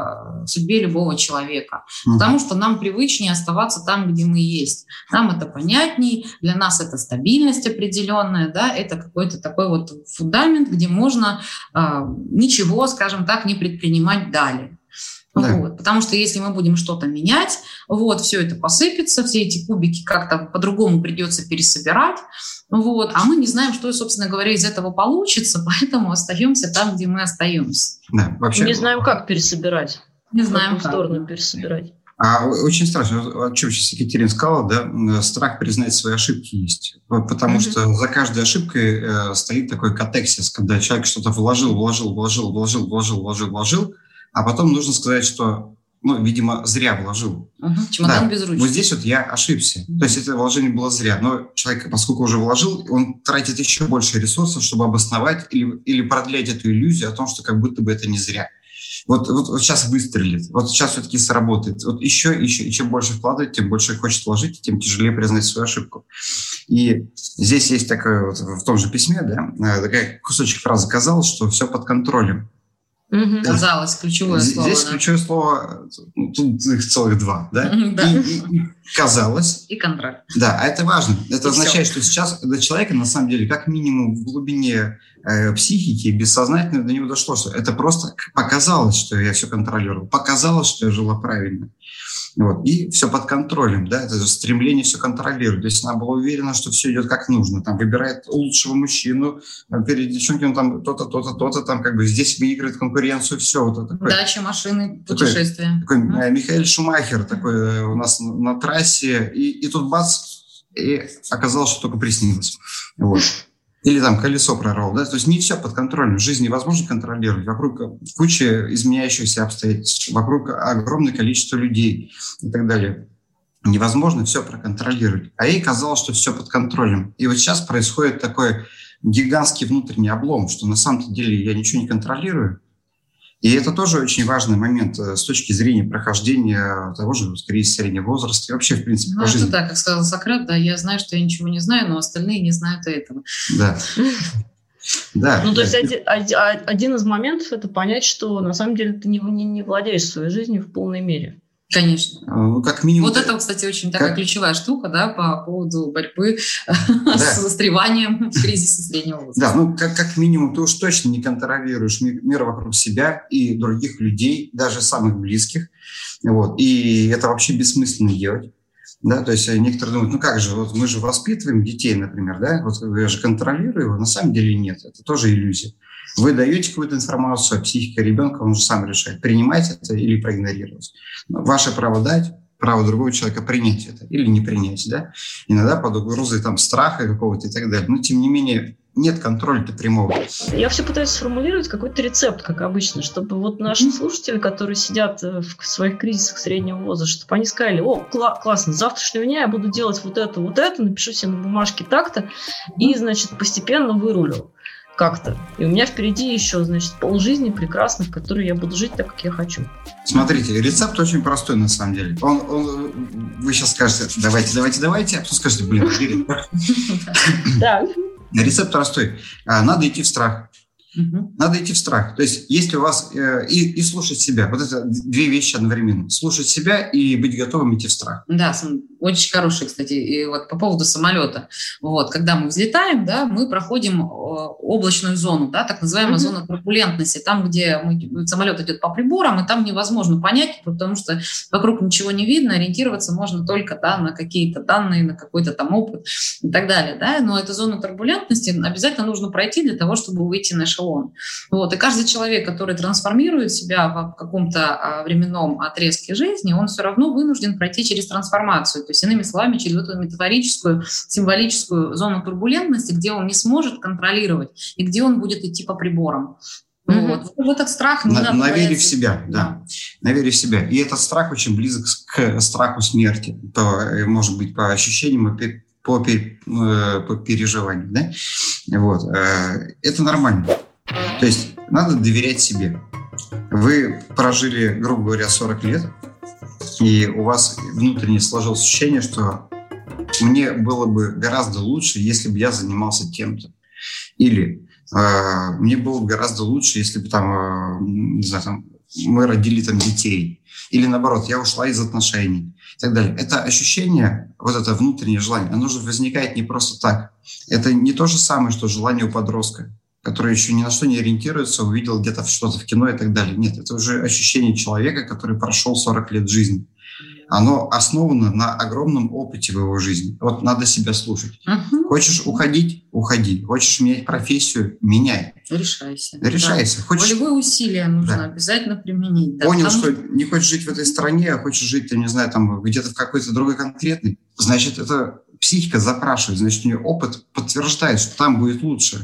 в судьбе любого человека. Mm-hmm. Потому что нам привычнее оставаться там, где мы есть. Нам это понятней, для нас это стабильность определенная, да, это какой-то такой вот фундамент, где можно э, ничего, скажем так, не предпринимать далее. Да. Вот, потому что если мы будем что-то менять, вот, все это посыпется, все эти кубики как-то по-другому придется пересобирать, вот, а мы не знаем, что, собственно говоря, из этого получится, поэтому остаемся там, где мы остаемся. Да, вообще... Не знаем, как пересобирать. Не знаем, в какую сторону пересобирать. А очень страшно, о чем сейчас Екатерина сказала, да, страх признать свои ошибки есть. Потому mm-hmm. что за каждой ошибкой э, стоит такой катексис, когда человек что-то вложил, вложил, вложил, вложил, вложил, вложил, вложил, а потом нужно сказать, что, ну, видимо, зря вложил. Угу, чемодан да, без ручки. Вот здесь вот я ошибся. Mm-hmm. То есть это вложение было зря. Но человек, поскольку уже вложил, он тратит еще больше ресурсов, чтобы обосновать или, или продлять эту иллюзию о том, что как будто бы это не зря. Вот, вот, вот сейчас выстрелит, вот сейчас все-таки сработает. Вот еще, еще, и чем больше вкладывать, тем больше хочет вложить, тем тяжелее признать свою ошибку. И здесь есть такое, вот, в том же письме, да, такая кусочек фразы «казалось, что все под контролем». Угу. Казалось, ключевое здесь слово. Здесь да. ключевое слово, ну, тут их целых два, да? да. И, и, и казалось. И контроль. Да, а это важно. Это и означает, все. что сейчас до человека, на самом деле, как минимум в глубине э, психики, бессознательно до него дошло, что это просто показалось, что я все контролировал, показалось, что я жила правильно. Вот. И все под контролем, да, это стремление все контролировать. То есть она была уверена, что все идет как нужно. Там выбирает лучшего мужчину, перед девчонкой он там то-то, то-то, то-то, там как бы здесь выигрывает конкуренцию, все. Вот это такое. Дача, машины, путешествия. Такой, такой mm-hmm. Михаэль Шумахер такой у нас на, на трассе, и, и тут бац, и оказалось, что только приснилось. Вот. Или там колесо прорвало, да, то есть не все под контролем. Жизнь невозможно контролировать. Вокруг куча изменяющихся обстоятельств, вокруг огромное количество людей и так далее. Невозможно все проконтролировать. А ей казалось, что все под контролем. И вот сейчас происходит такой гигантский внутренний облом, что на самом деле я ничего не контролирую. И это тоже очень важный момент с точки зрения прохождения того же кризиса среднего возраста и вообще, в принципе, ну, по жизни. Это так, как сказал Сократ, да, я знаю, что я ничего не знаю, но остальные не знают этого. Да. Да. Ну, то есть один, один из моментов – это понять, что на самом деле ты не, не, не владеешь своей жизнью в полной мере. Конечно. Ну, как минимум. Вот это, кстати, очень такая как... ключевая штука, да, по поводу борьбы да. с застреванием в кризисе среднего возраста. Да, ну как, как минимум ты уж точно не контролируешь мир, мир вокруг себя и других людей, даже самых близких. Вот. И это вообще бессмысленно делать. Да, то есть некоторые думают, ну как же, вот мы же воспитываем детей, например, да, вот я же контролирую его, на самом деле нет, это тоже иллюзия. Вы даете какую-то информацию о психике ребенка, он же сам решает, принимать это или проигнорировать. Но ваше право дать, право другого человека принять это или не принять, да. Иногда под угрозой там страха какого-то и так далее. Но тем не менее нет контроля-то прямого. Я все пытаюсь сформулировать какой-то рецепт, как обычно, чтобы вот наши слушатели, которые сидят в своих кризисах среднего возраста, чтобы они сказали: о, кла- классно, с завтрашнего дня я буду делать вот это, вот это, напишу себе на бумажке так-то, и, значит, постепенно вырулю как-то. И у меня впереди еще, значит, полжизни прекрасных, в которой я буду жить так, как я хочу. Смотрите, рецепт очень простой на самом деле. Он, он, вы сейчас скажете: давайте, давайте, давайте, а потом скажете: блин, бери. Да. Рецепт простой. Надо идти в страх. Угу. Надо идти в страх. То есть, если у вас э, и, и слушать себя, вот это две вещи одновременно. Слушать себя и быть готовым идти в страх. Да, очень хороший, кстати, и вот по поводу самолета. Вот, когда мы взлетаем, да, мы проходим облачную зону, да, так называемая mm-hmm. зона турбулентности, там, где мы, самолет идет по приборам, и там невозможно понять, потому что вокруг ничего не видно, ориентироваться можно только, да, на какие-то данные, на какой-то там опыт и так далее, да, но эту зону турбулентности обязательно нужно пройти для того, чтобы выйти на эшелон. Вот, и каждый человек, который трансформирует себя в каком-то временном отрезке жизни, он все равно вынужден пройти через трансформацию. То есть, иными словами, через эту метафорическую, символическую зону турбулентности, где он не сможет контролировать и где он будет идти по приборам. Mm-hmm. Вот. В этот страх не на, надо на вере бояться. в себя, да. На вере в себя. И этот страх очень близок к страху смерти. То, может быть, по ощущениям и по, по переживаниям. Да? Вот. Это нормально. То есть надо доверять себе. Вы прожили, грубо говоря, сорок лет, и у вас внутренне сложилось ощущение, что мне было бы гораздо лучше, если бы я занимался тем-то. Или э, мне было бы гораздо лучше, если бы там, э, не знаю, там, мы родили там детей. Или наоборот, я ушла из отношений и так далее. Это ощущение, вот это внутреннее желание, оно же возникает не просто так. Это не то же самое, что желание у подростка, который еще ни на что не ориентируется, увидел где-то что-то в кино и так далее. Нет, это уже ощущение человека, который прошел сорок лет жизни. Оно основано на огромном опыте в его жизни. Вот надо себя слушать. Uh-huh. Хочешь уходить – уходи. Хочешь менять профессию – меняй. Решайся. Решайся. Да. Хочешь... Волевые усилия нужно да. обязательно применить. Да, Понял, потому... что не хочешь жить в этой стране, а хочешь жить, я не знаю, там где-то в какой-то другой конкретной. Значит, это психика запрашивает, значит, у нее опыт подтверждает, что там будет лучше.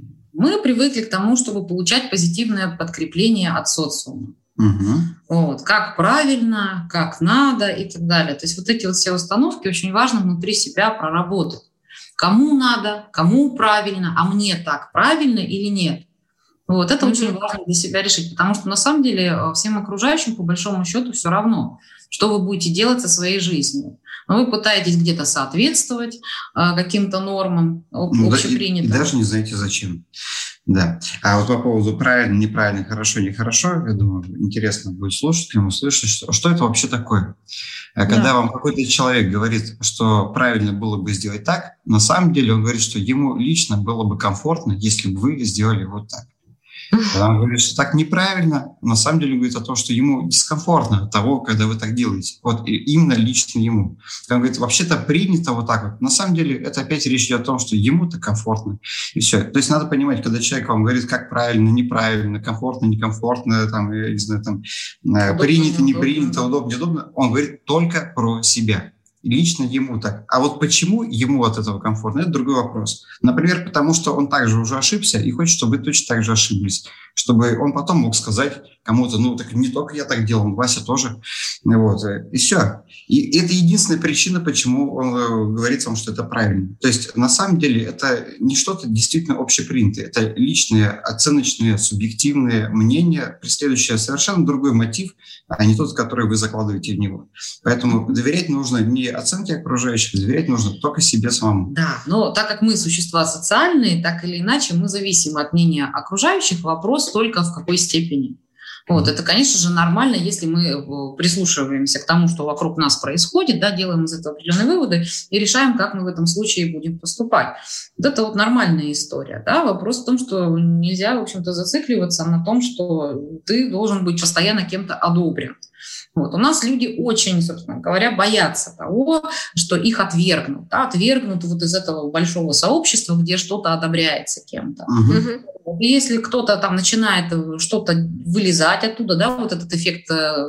Мы привыкли к тому, чтобы получать позитивное подкрепление от социума. Угу. Вот, как правильно, как надо и так далее. То есть вот эти вот все установки очень важно внутри себя проработать. Кому надо, кому правильно, а мне так правильно или нет. Вот это угу. очень важно для себя решить, потому что на самом деле всем окружающим по большому счету все равно, что вы будете делать со своей жизнью. Но вы пытаетесь где-то соответствовать э, каким-то нормам ну, общепринятым. Да, и, и даже не знаете зачем. Да. А вот по поводу правильно, неправильно, хорошо, нехорошо, я думаю, интересно будет слушателям услышать, что, что это вообще такое. Когда да. вам какой-то человек говорит, что правильно было бы сделать так, на самом деле он говорит, что ему лично было бы комфортно, если бы вы сделали вот так. Когда он говорит, что так неправильно, на самом деле говорит о том, что ему дискомфортно от того, когда вы так делаете. Вот именно лично ему. Когда он говорит, вообще-то принято вот так вот. На самом деле это опять речь идет о том, что ему-то комфортно. И все. То есть надо понимать, когда человек вам говорит, как правильно, неправильно, комфортно, некомфортно, там, я не знаю, там, удобно, принято, не принято, удобно, неудобно, он говорит только про себя. Лично ему так. А вот почему ему от этого комфортно, это другой вопрос. Например, потому что он также уже ошибся и хочет, чтобы вы точно так же ошиблись. Чтобы он потом мог сказать кому-то, ну, так не только я так делал, Вася тоже. Вот. И все. И это единственная причина, почему он говорит вам, что это правильно. То есть, на самом деле, это не что-то действительно общепринятое. Это личные, оценочные, субъективные мнения, преследующие совершенно другой мотив, а не тот, который вы закладываете в него. Поэтому доверять нужно не оценке окружающих, доверять нужно только себе самому. Да, но так как мы существа социальные, так или иначе мы зависим от мнения окружающих. Вопрос только в какой степени. Вот, это, конечно же, нормально, если мы прислушиваемся к тому, что вокруг нас происходит, да, делаем из этого определенные выводы и решаем, как мы в этом случае будем поступать. Вот это вот нормальная история. Да? Вопрос в том, что нельзя, в общем-то, зацикливаться на том, что ты должен быть постоянно кем-то одобрен. Вот. У нас люди очень, собственно говоря, боятся того, что их отвергнут. Да? Отвергнут вот из этого большого сообщества, где что-то одобряется кем-то. Uh-huh. И если кто-то там начинает что-то вылезать оттуда, да, вот этот эффект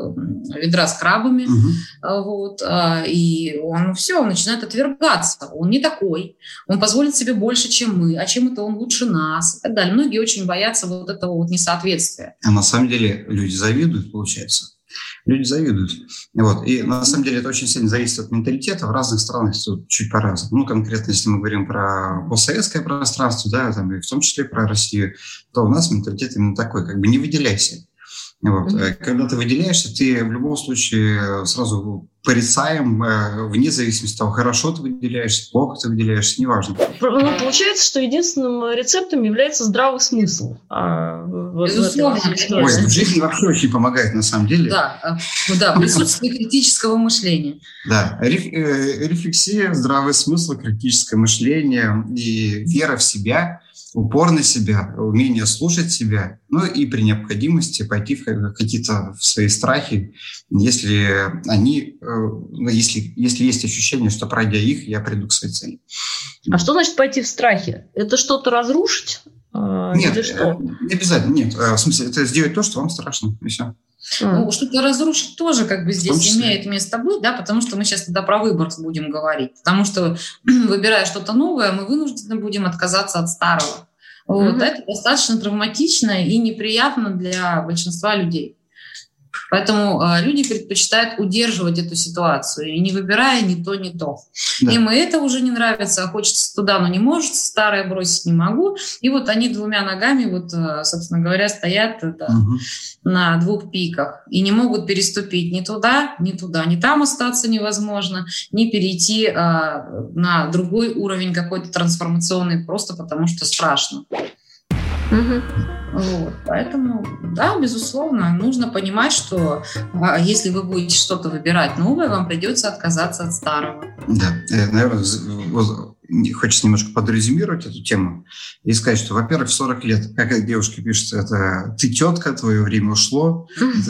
ведра с крабами, uh-huh. вот, и он все, он начинает отвергаться. Он не такой, он позволит себе больше, чем мы, а чем это он лучше нас и так далее. Многие очень боятся вот этого вот несоответствия. А на самом деле люди завидуют, получается. Люди завидуют. Вот. И на самом деле это очень сильно зависит от менталитета. В разных странах тут чуть по-разному. Ну, конкретно, если мы говорим про постсоветское пространство, да, там, и в том числе про Россию, то у нас менталитет именно такой, как бы не выделяйся. Вот. Mm-hmm. Когда ты выделяешься, ты в любом случае сразу порицаем, вне зависимости от того, хорошо ты выделяешься, плохо ты выделяешься, неважно. Ну, получается, что единственным рецептом является здравый смысл. А, Безусловно. Ой, в жизни вообще очень помогает, на самом деле. Да, да, присутствие критического мышления. Да, рефлексия, здравый смысл, критическое мышление и вера в себя, упор на себя, умение слушать себя, ну и при необходимости пойти в какие-то в свои страхи, если они, если, если есть ощущение, что пройдя их, я приду к своей цели. А что значит пойти в страхи? Это что-то разрушить? Нет, или что? Не обязательно, нет. В смысле, это сделать то, что вам страшно, и все. Ну, что-то разрушить тоже как бы здесь имеет место быть, да, потому что мы сейчас тогда про выбор будем говорить. Потому что, выбирая что-то новое, мы вынуждены будем отказаться от старого. Вот, mm-hmm. Это достаточно травматично и неприятно для большинства людей. Поэтому э, люди предпочитают удерживать эту ситуацию, и не выбирая ни то, ни то. Да. Им и это уже не нравится, а хочется туда, но не может, старое бросить не могу. И вот они двумя ногами, вот, э, собственно говоря, стоят это, угу. на двух пиках и не могут переступить ни туда, ни туда. Ни там остаться невозможно, ни перейти э, на другой уровень какой-то трансформационный, просто потому что страшно. Угу. Вот, поэтому, да, безусловно, нужно понимать, что а, если вы будете что-то выбирать новое, вам придется отказаться от старого. Да, наверное, хочется немножко подрезюмировать эту тему и сказать, что, во-первых, в сорок лет, как девушке пишется, это ты тетка, твое время ушло,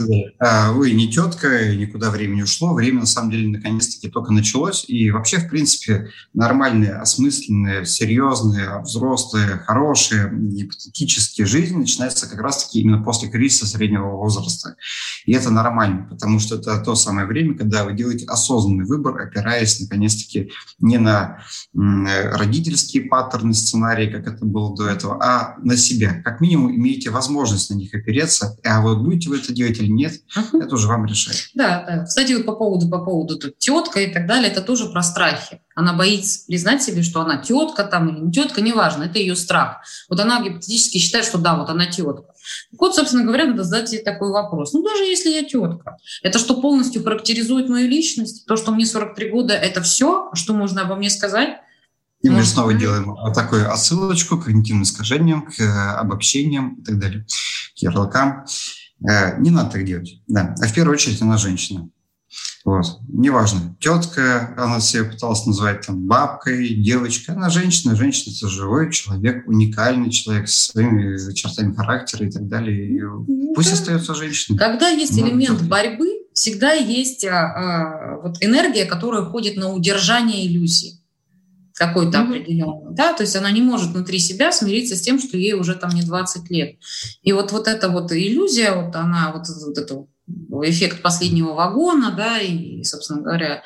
а вы не тетка, никуда время не ушло, время, на самом деле, наконец-таки только началось, и вообще, в принципе, нормальные, осмысленные, серьезные, взрослые, хорошие, гипотетические жизни начинаются как раз-таки именно после кризиса среднего возраста. И это нормально, потому что это то самое время, когда вы делаете осознанный выбор, опираясь, наконец-таки, не на родительские паттерны, сценарии, как это было до этого, а на себя. Как минимум имеете возможность на них опереться, а вот будете вы это делать или нет, uh-huh. это уже вам решать. Да, да. Кстати, вот по поводу, по поводу тут тетка и так далее, это тоже про страхи. Она боится признать себе, что она тетка там или не тетка, неважно, это ее страх. Вот она гипотетически считает, что да, вот она тетка. Так вот, собственно говоря, надо задать себе такой вопрос. Ну, даже если я тетка, это что полностью характеризует мою личность? То, что мне сорок три года, это все? Что можно обо мне сказать? И мы снова mm-hmm. делаем такую отсылочку к когнитивным искажениям, к обобщениям и так далее, к ярлыкам. Не надо так делать. Да. А в первую очередь она женщина. Вот. Неважно, тетка, она себя пыталась называть там бабкой, девочкой. Она женщина. Женщина – это живой человек, уникальный человек со своими чертами характера и так далее. И пусть mm-hmm. остается женщиной. Когда есть Но элемент это... борьбы, всегда есть а, а, вот энергия, которая уходит на удержание иллюзий. Какой-то mm-hmm. определенный, да, то есть она не может внутри себя смириться с тем, что ей уже там не двадцать лет. И вот, вот эта вот иллюзия, вот она, вот, вот этот эффект последнего вагона, да, и, собственно говоря,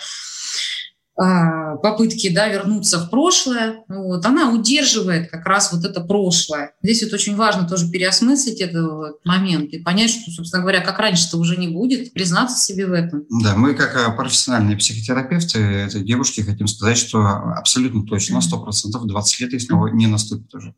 попытки, да, вернуться в прошлое, вот, она удерживает как раз вот это прошлое. Здесь вот очень важно тоже переосмыслить этот момент и понять, что, собственно говоря, как раньше-то уже не будет, признаться себе в этом. Да, мы как профессиональные психотерапевты этой девушке хотим сказать, что абсолютно точно, сто процентов двадцать лет ей снова не наступит уже.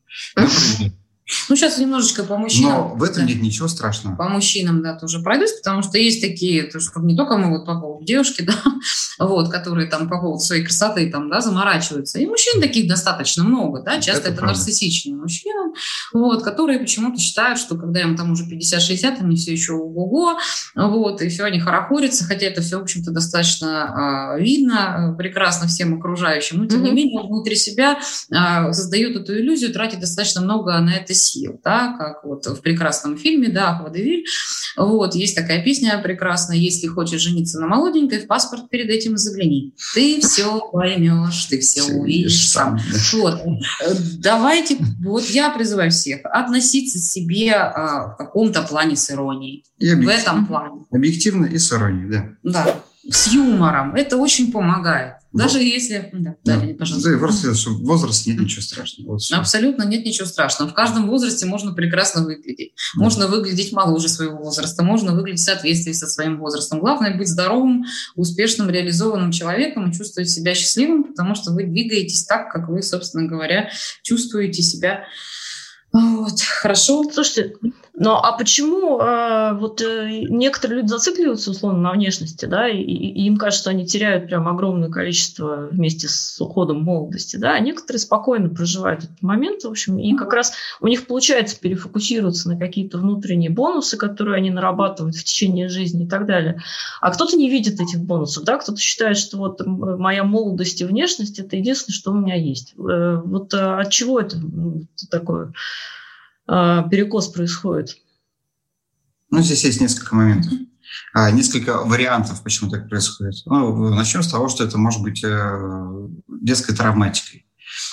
Ну, сейчас немножечко по мужчинам. Но в этом да, нет ничего страшного. По мужчинам, да, тоже пройдусь, потому что есть такие, то, что не только мы вот по поводу девушки, да, вот, которые там по поводу своей красоты там, да, заморачиваются. И мужчин таких достаточно много, да, часто это, это нарциссичные мужчины, вот, которые почему-то считают, что когда им там уже пятьдесят-шестьдесят, они все еще ого-го, вот, и все, они хорохорятся, хотя это все, в общем-то, достаточно э, видно, прекрасно всем окружающим, но, тем mm-hmm. не менее, внутри себя э, создает эту иллюзию, тратит достаточно много на это сил, да, как вот в прекрасном фильме, да, «Аквадевиль». Вот, есть такая песня прекрасная: «Если хочешь жениться на молоденькой, в паспорт перед этим загляни. Ты все поймешь, ты все, все увидишь сам». Вот. Давайте, вот я призываю всех относиться к себе а, в каком-то плане с иронией. В этом плане. Объективно и с иронией, да. Да. С юмором. Это очень помогает. Даже вот. если... Да, да. Далее, пожалуйста. Да, я просто сказал, что в возрасте нет ничего страшного. Вот абсолютно нет ничего страшного. В каждом возрасте можно прекрасно выглядеть. Да. Можно выглядеть моложе своего возраста, можно выглядеть в соответствии со своим возрастом. Главное быть здоровым, успешным, реализованным человеком и чувствовать себя счастливым, потому что вы двигаетесь так, как вы, собственно говоря, чувствуете себя. Вот, хорошо. Слушайте, ну а почему э, вот э, некоторые люди зацикливаются условно на внешности, да, и, и им кажется, что они теряют прям огромное количество вместе с уходом молодости, да, а некоторые спокойно проживают этот момент, в общем, и как раз у них получается перефокусироваться на какие-то внутренние бонусы, которые они нарабатывают в течение жизни и так далее. А кто-то не видит этих бонусов, да, кто-то считает, что вот моя молодость и внешность – это единственное, что у меня есть. Э, вот а от чего это такое? Перекос происходит? Ну, здесь есть несколько моментов. А, несколько вариантов, почему так происходит. Ну, начнем с того, что это может быть э, детской травматикой.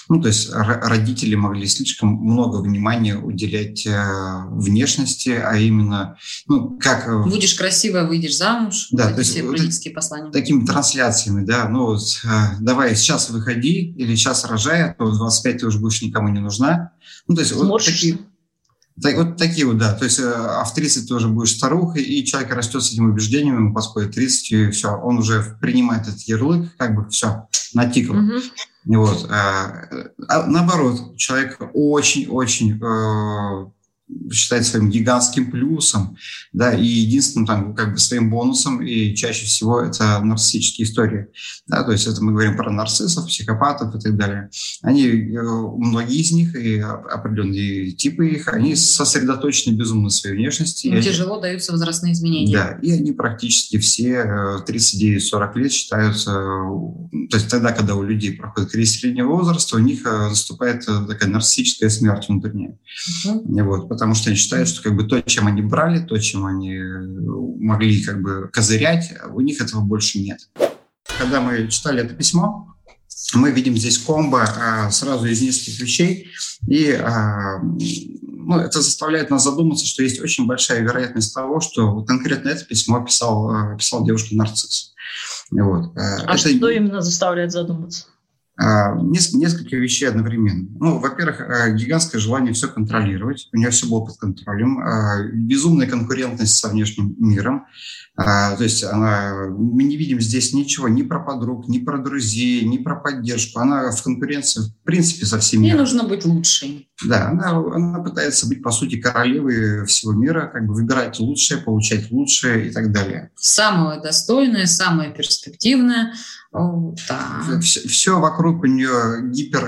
Ну, то есть родители могли слишком много внимания уделять внешности, а именно, ну, как... Будешь красивая, выйдешь замуж. Да, вот то есть все родительские послания. Такими трансляциями, да, ну, вот, давай сейчас выходи или сейчас рожай, а то в двадцать пять ты уже больше никому не нужна. Ну, то есть вот такие, так, вот такие вот, да, то есть а в тридцать ты уже будешь старухой, и человек растет с этим убеждением, ему подходит тридцать, и все, он уже принимает этот ярлык, как бы все, натикало. Mm-hmm. И вот, а, а наоборот, человек очень-очень э, считает своим гигантским плюсом, да, и единственным там как бы своим бонусом, и чаще всего это нарциссические истории, да, то есть это мы говорим про нарциссов, психопатов и так далее. Они, многие из них и определенные типы их, они сосредоточены безумно на своей внешности. Им тяжело они, даются возрастные изменения. Да, и они практически все тридцать девять сорок лет считаются, то есть тогда, когда у людей проходит кризис среднего возраста, у них наступает такая нарциссическая смерть внутренняя. Uh-huh. Вот. Потому что они считают, что как бы то, чем они брали, то, чем они могли как бы козырять, у них этого больше нет. Когда мы читали это письмо, мы видим здесь комбо а, сразу из нескольких вещей, и а, ну, это заставляет нас задуматься, что есть очень большая вероятность того, что конкретно это письмо писал, писал девушка-нарцисс. Вот. А это... что именно заставляет задуматься? Несколько вещей одновременно. Ну, во-первых, гигантское желание все контролировать. У нее все было под контролем. Безумная конкурентность со внешним миром. То есть она, мы не видим здесь ничего ни про подруг, ни про друзей, ни про поддержку. Она в конкуренции, в принципе, со всеми. Ей нужно быть лучшей. Да, она, она пытается быть, по сути, королевой всего мира, как бы выбирать лучшее, получать лучшее и так далее. Самое достойное, самое перспективное. О, да. все, все вокруг у нее гипер,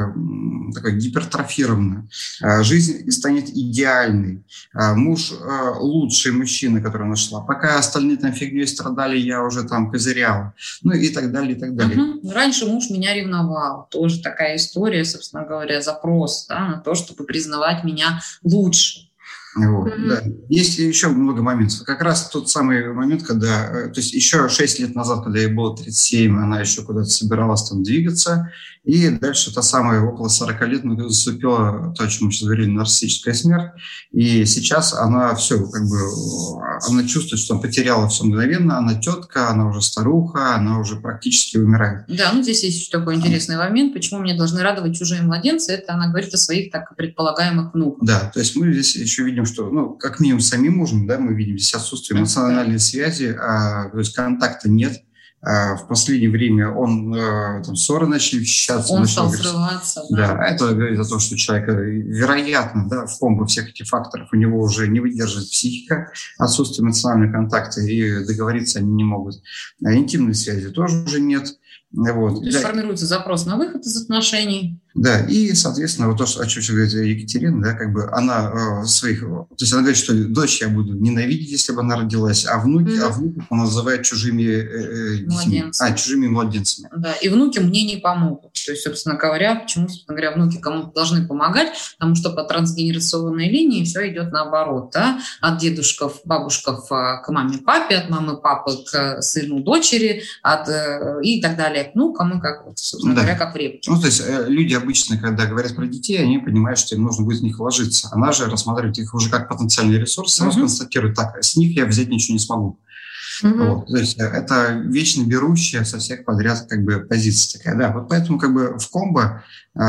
э, такое гипертрофировано. Жизнь станет идеальной. Муж э, лучший мужчина, который она нашла. Пока остальные там фигней страдали, я уже там козыряла. Ну и так далее, и так далее. Угу. Раньше муж меня ревновал. Тоже такая история, собственно говоря, запрос, да, на то, чтобы признавать меня лучше. Вот, mm-hmm. да. Есть еще много моментов. Как раз тот самый момент, когда... То есть еще шесть лет назад, когда ей было тридцать семь, она еще куда-то собиралась там двигаться. И дальше та самая около сорок лет наступила то, о чем мы сейчас говорили, нарциссическая смерть. И сейчас она все, как бы... Она чувствует, что она потеряла все мгновенно. Она тетка, она уже старуха, она уже практически умирает. Да, ну здесь есть еще такой интересный а. момент. Почему меня должны радовать чужие младенцы? Это она говорит о своих так предполагаемых внуках. Да, то есть мы здесь еще видим, что, ну, как минимум самим мужем, да, мы видим здесь отсутствие эмоциональной связи, а, то есть контакта нет. А, в последнее время он, а, там, ссоры начали считаться. Он стал срываться. Да. да, это говорит о том, что человек, вероятно, да, в комбо всех этих факторов у него уже не выдерживает психика, отсутствие эмоционального контакта, и договориться они не могут. А интимной связи тоже уже нет. Вот. То есть да. формируется запрос на выход из отношений. Да, и, соответственно, вот то, о чем говорит Екатерина, да, как бы она э, своих... То есть она говорит, что дочь я буду ненавидеть, если бы она родилась, а внуки, mm-hmm. а внуков она называет чужими э, детьми. А, чужими младенцами. Да, и внуки мне не помогут. То есть, собственно говоря, почему, собственно говоря, внуки кому-то должны помогать, потому что по трансгенерационной линии все идет наоборот, да, от дедушков, бабушков к маме, папе, от мамы, папы к сыну, дочери, от, и так далее, к внукам, и как, собственно да. говоря, как в репке. Ну, то есть люди обычно, когда говорят про детей, они понимают, что им нужно будет в них вложиться. Она же рассматривает их уже как потенциальный ресурс, сразу uh-huh. констатирует, так, с них я взять ничего не смогу. Uh-huh. Вот. То есть это вечно берущая со всех подряд как бы позиция такая. Да, вот поэтому как бы в комбо э,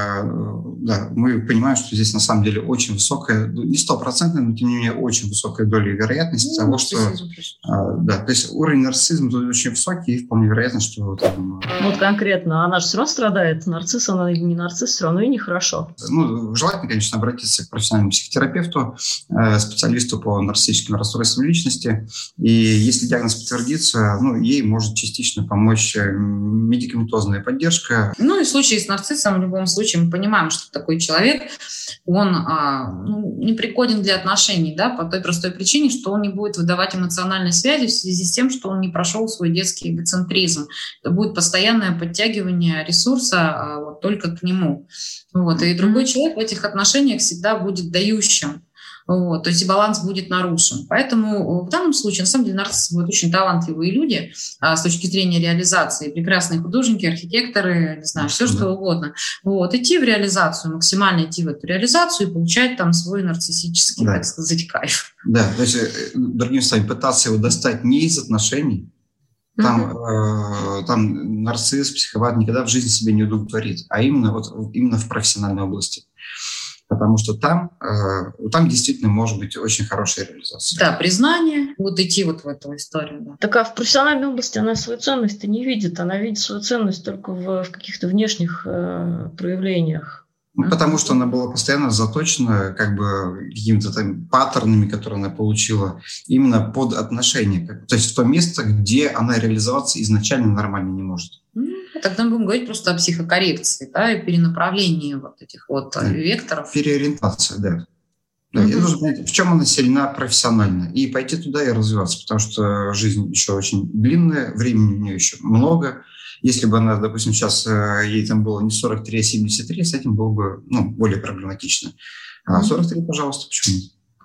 да, мы понимаем, что здесь на самом деле очень высокая, не стопроцентная, но тем не менее очень высокая доля вероятности uh-huh. того, что э, да, то есть уровень нарциссизма тут очень высокий, и вполне вероятно, что там, вот конкретно она же все равно страдает, нарцисс, она не нарцисс, все равно и нехорошо. Ну, желательно, конечно, обратиться к профессиональному психотерапевту, э, специалисту по нарциссическим расстройствам личности, и если диагноз подтвердится, ну, ей может частично помочь медикаментозная поддержка. Ну и в случае с нарциссом, в любом случае, мы понимаем, что такой человек, он а, ну, не пригоден для отношений, да, по той простой причине, что он не будет выдавать эмоциональной связи в связи с тем, что он не прошел свой детский эгоцентризм. Это будет постоянное подтягивание ресурса а, вот, только к нему. Вот. И другой человек в этих отношениях всегда будет дающим. Вот, то есть баланс будет нарушен. Поэтому в данном случае, на самом деле, нарциссы будут очень талантливые люди а, с точки зрения реализации, прекрасные художники, архитекторы, не знаю, все что угодно. Вот, идти в реализацию, максимально идти в эту реализацию и получать там свой нарциссический, да. так сказать, кайф. Да, то есть, другими словами, пытаться его достать не из отношений. Там, mm-hmm. э, там нарцисс, психопат никогда в жизни себе не удовлетворит, а именно, вот, именно в профессиональной области. Потому что там, э, там действительно может быть очень хорошая реализация. Да, признание, вот идти вот в эту историю. Да. Так а в профессиональной области она свою ценность не видит, она видит свою ценность только в, в каких-то внешних э, проявлениях. Ну, потому что она была постоянно заточена как бы какими-то там паттернами, которые она получила именно под отношения. То есть в то место, где она реализоваться изначально нормально не может. Тогда мы будем говорить просто о психокоррекции, да, и перенаправлении вот этих вот да. векторов. Переориентация, да. Да, mm-hmm. И нужно понять, в чем она сильна профессионально, и пойти туда и развиваться, потому что жизнь еще очень длинная, времени у нее еще много. Если бы она, допустим, сейчас ей там было не сорок три, а семьдесят три, с этим было бы ну, более проблематично. А сорок три, пожалуйста, почему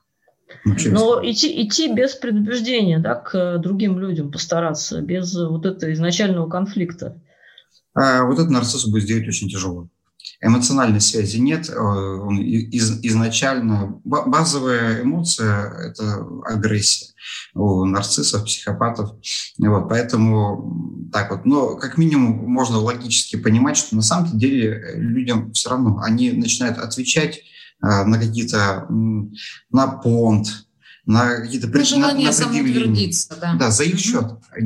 нет? Но идти, идти без предубеждения, да, к другим людям постараться, без вот этого изначального конфликта. А вот это нарциссу будет сделать очень тяжело. Эмоциональной связи нет. Он из, изначально базовая эмоция – это агрессия у нарциссов, психопатов. Вот, поэтому так вот. Но как минимум можно логически понимать, что на самом деле людям все равно они начинают отвечать на какие-то, на понт, на какие-то на желание на самоутвердиться, да. Да, за их счет.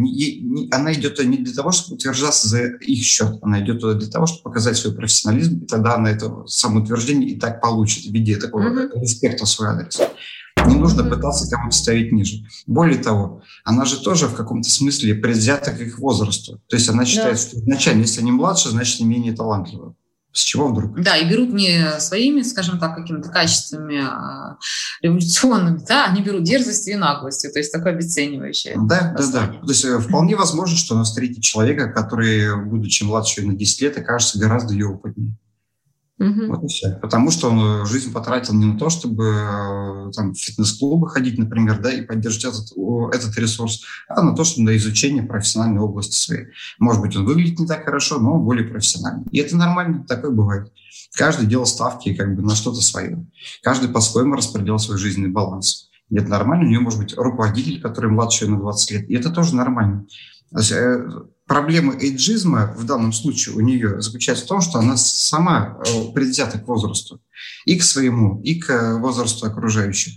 Она идет не для того, чтобы утверждаться за их счет, она идет туда для того, чтобы показать свой профессионализм, и тогда она это самоутверждение и так получит в виде такого mm-hmm. респекта в свой адрес. Не нужно mm-hmm. пытаться кого-то ставить ниже. Более того, она же тоже в каком-то смысле предвзята к их возрасту. То есть она считает, yeah. что изначально, если они младше, значит, они менее талантливы. С чего вдруг? Да, и берут не своими, скажем так, какими-то качествами а, революционными, да, они берут дерзостью и наглостью, то есть такое обесценивающее. Да, да, да. То есть вполне возможно, что она встретит человека, который, будучи младше на десять лет, окажется гораздо ее опытнее. Угу. Вот и все. Потому что он жизнь потратил не на то, чтобы там, в фитнес-клубы ходить, например, да, и поддерживать этот, этот ресурс, а на то, что на изучение профессиональной области своей. Может быть, он выглядит не так хорошо, но более профессионально. И это нормально, такое бывает. Каждый делал ставки как бы на что-то свое. Каждый по-своему распределял свой жизненный баланс. И это нормально. У нее может быть руководитель, который младше ее на двадцать лет. И это тоже нормально. То есть, э, проблема эйджизма в данном случае у нее заключается в том, что она сама э, предвзята к возрасту. И к своему, и к возрасту окружающих.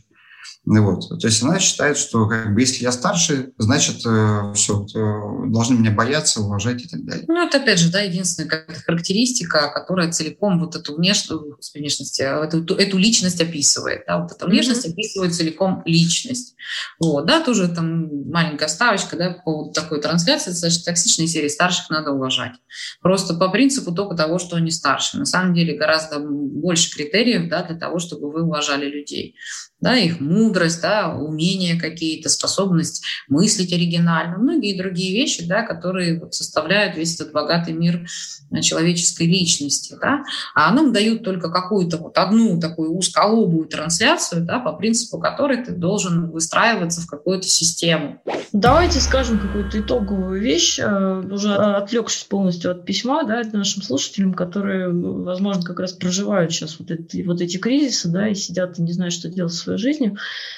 Вот. То есть она считает, что как бы, если я старше, значит, э, все, должны меня бояться, уважать и так далее. Ну, это, опять же, да, единственная характеристика, которая целиком вот эту внешнюю, внешность, эту, эту личность описывает. Да? Вот эта внешность mm-hmm. описывает целиком личность. Вот, да, тоже там маленькая ставочка, да, по поводу такой трансляции, значит, токсичной серии старших надо уважать. Просто по принципу только того, что они старше. На самом деле гораздо больше критериев, да, для того, чтобы вы уважали людей. Да, их мудрость, да, умения какие-то, способность мыслить оригинально, многие другие вещи, да, которые вот составляют весь этот богатый мир человеческой личности. Да. А нам дают только какую-то вот одну такую узколобую трансляцию, да, по принципу которой ты должен выстраиваться в какую-то систему. Давайте скажем какую-то итоговую вещь, уже отвлекшись полностью от письма, да, нашим слушателям, которые, возможно, как раз проживают сейчас вот эти, вот эти кризисы, да, и сидят и не знают, что делать с своей жизнью.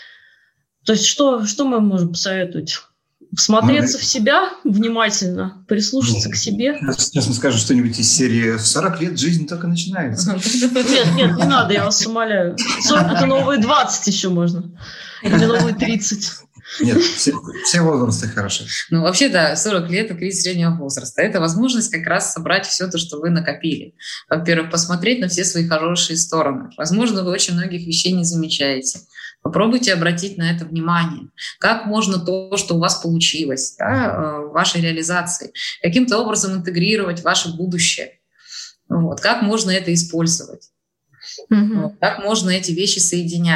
То есть что, что мы можем посоветовать? Всмотреться ну, в себя внимательно, прислушаться ну, к себе. Сейчас мы скажем что-нибудь из серии «сорок лет жизнь только начинается». Нет, нет, не надо, я вас умоляю. сорок это новые двадцать еще можно. Или новые тридцать. Нет, все, все возрасты хороши. Ну, вообще, да, сорок лет – это кризис среднего возраста. Это возможность как раз собрать все то, что вы накопили. Во-первых, посмотреть на все свои хорошие стороны. Возможно, вы очень многих вещей не замечаете. Попробуйте обратить на это внимание. Как можно то, что у вас получилось, да, в вашей реализации, каким-то образом интегрировать в ваше будущее. Вот. Как можно это использовать. Mm-hmm. Вот. Как можно эти вещи соединять.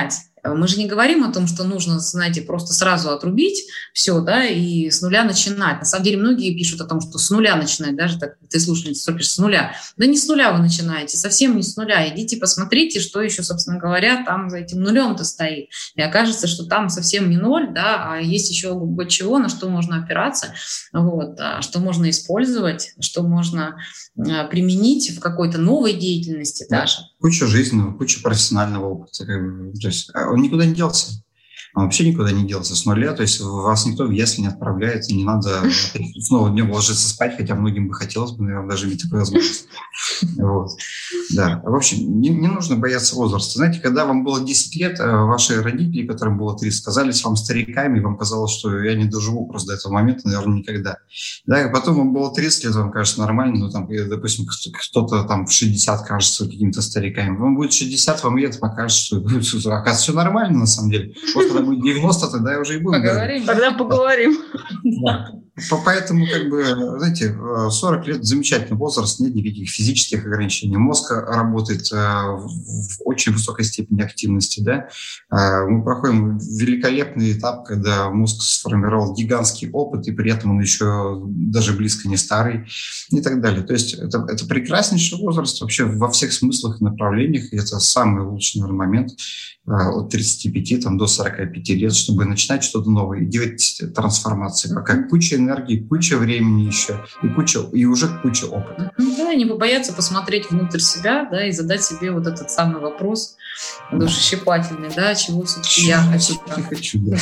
Мы же не говорим о том, что нужно, знаете, просто сразу отрубить все, да, и с нуля начинать. На самом деле многие пишут о том, что с нуля начинать, даже так ты слушательница пишет с нуля. Да не с нуля вы начинаете, совсем не с нуля. Идите посмотрите, что еще, собственно говоря, там за этим нулем-то стоит. И окажется, что там совсем не ноль, да, а есть еще много чего, на что можно опираться, вот, а что можно использовать, что можно а, применить в какой-то новой деятельности да. даже. Куча жизненного, куча профессионального опыта. Как бы, то есть он никуда не делся. Он вообще никуда не делся с нуля. То есть вас никто в ясли не отправляет, и не надо снова днем ложиться спать, хотя многим бы хотелось бы, наверное, даже иметь такую возможность. Вот. Да. В общем, не, не нужно бояться возраста. Знаете, когда вам было десять лет, ваши родители, которым было тридцать, казались вам стариками, и вам казалось, что я не доживу просто до этого момента, наверное, никогда. Да, и потом вам было тридцать лет, вам кажется нормально, ну, там, допустим, кто-то там в шестьдесят кажется какими-то стариками. Вам будет шестьдесят, вам лет покажется, что, оказывается, все нормально на самом деле. Вот когда будет девяносто, тогда я уже и буду. Поговорим. Тогда поговорим. Да. Поэтому, как бы, знаете, сорок лет – замечательный возраст, нет никаких физических ограничений. Мозг работает в очень высокой степени активности. Да? Мы проходим великолепный этап, когда мозг сформировал гигантский опыт, и при этом он еще даже близко не старый и так далее. То есть это, это прекраснейший возраст вообще во всех смыслах и направлениях, и это самый лучший, наверное, момент от тридцати пяти там, до сорока пяти лет, чтобы начинать что-то новое и делать трансформации. Пока куча энергии, куча времени еще, и, куча, и уже куча опыта. Да, и не побояться посмотреть внутрь себя, да, и задать себе вот этот самый вопрос душещипательный, да, чего все-таки я хочу. Не хочу, да.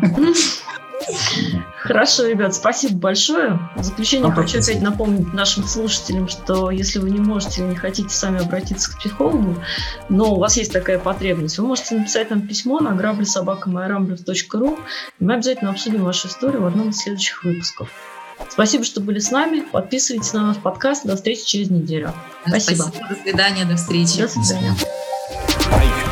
Хорошо, ребят, спасибо большое. В заключение ну, хочу опять напомнить нашим слушателям, что если вы не можете или не хотите сами обратиться к психологу, но у вас есть такая потребность, вы можете написать нам письмо на грабли собака майрамблев точка ру, и мы обязательно обсудим вашу историю в одном из следующих выпусков. Спасибо, что были с нами. Подписывайтесь на наш подкаст. До встречи через неделю. Спасибо. Спасибо. До свидания. До встречи. До свидания.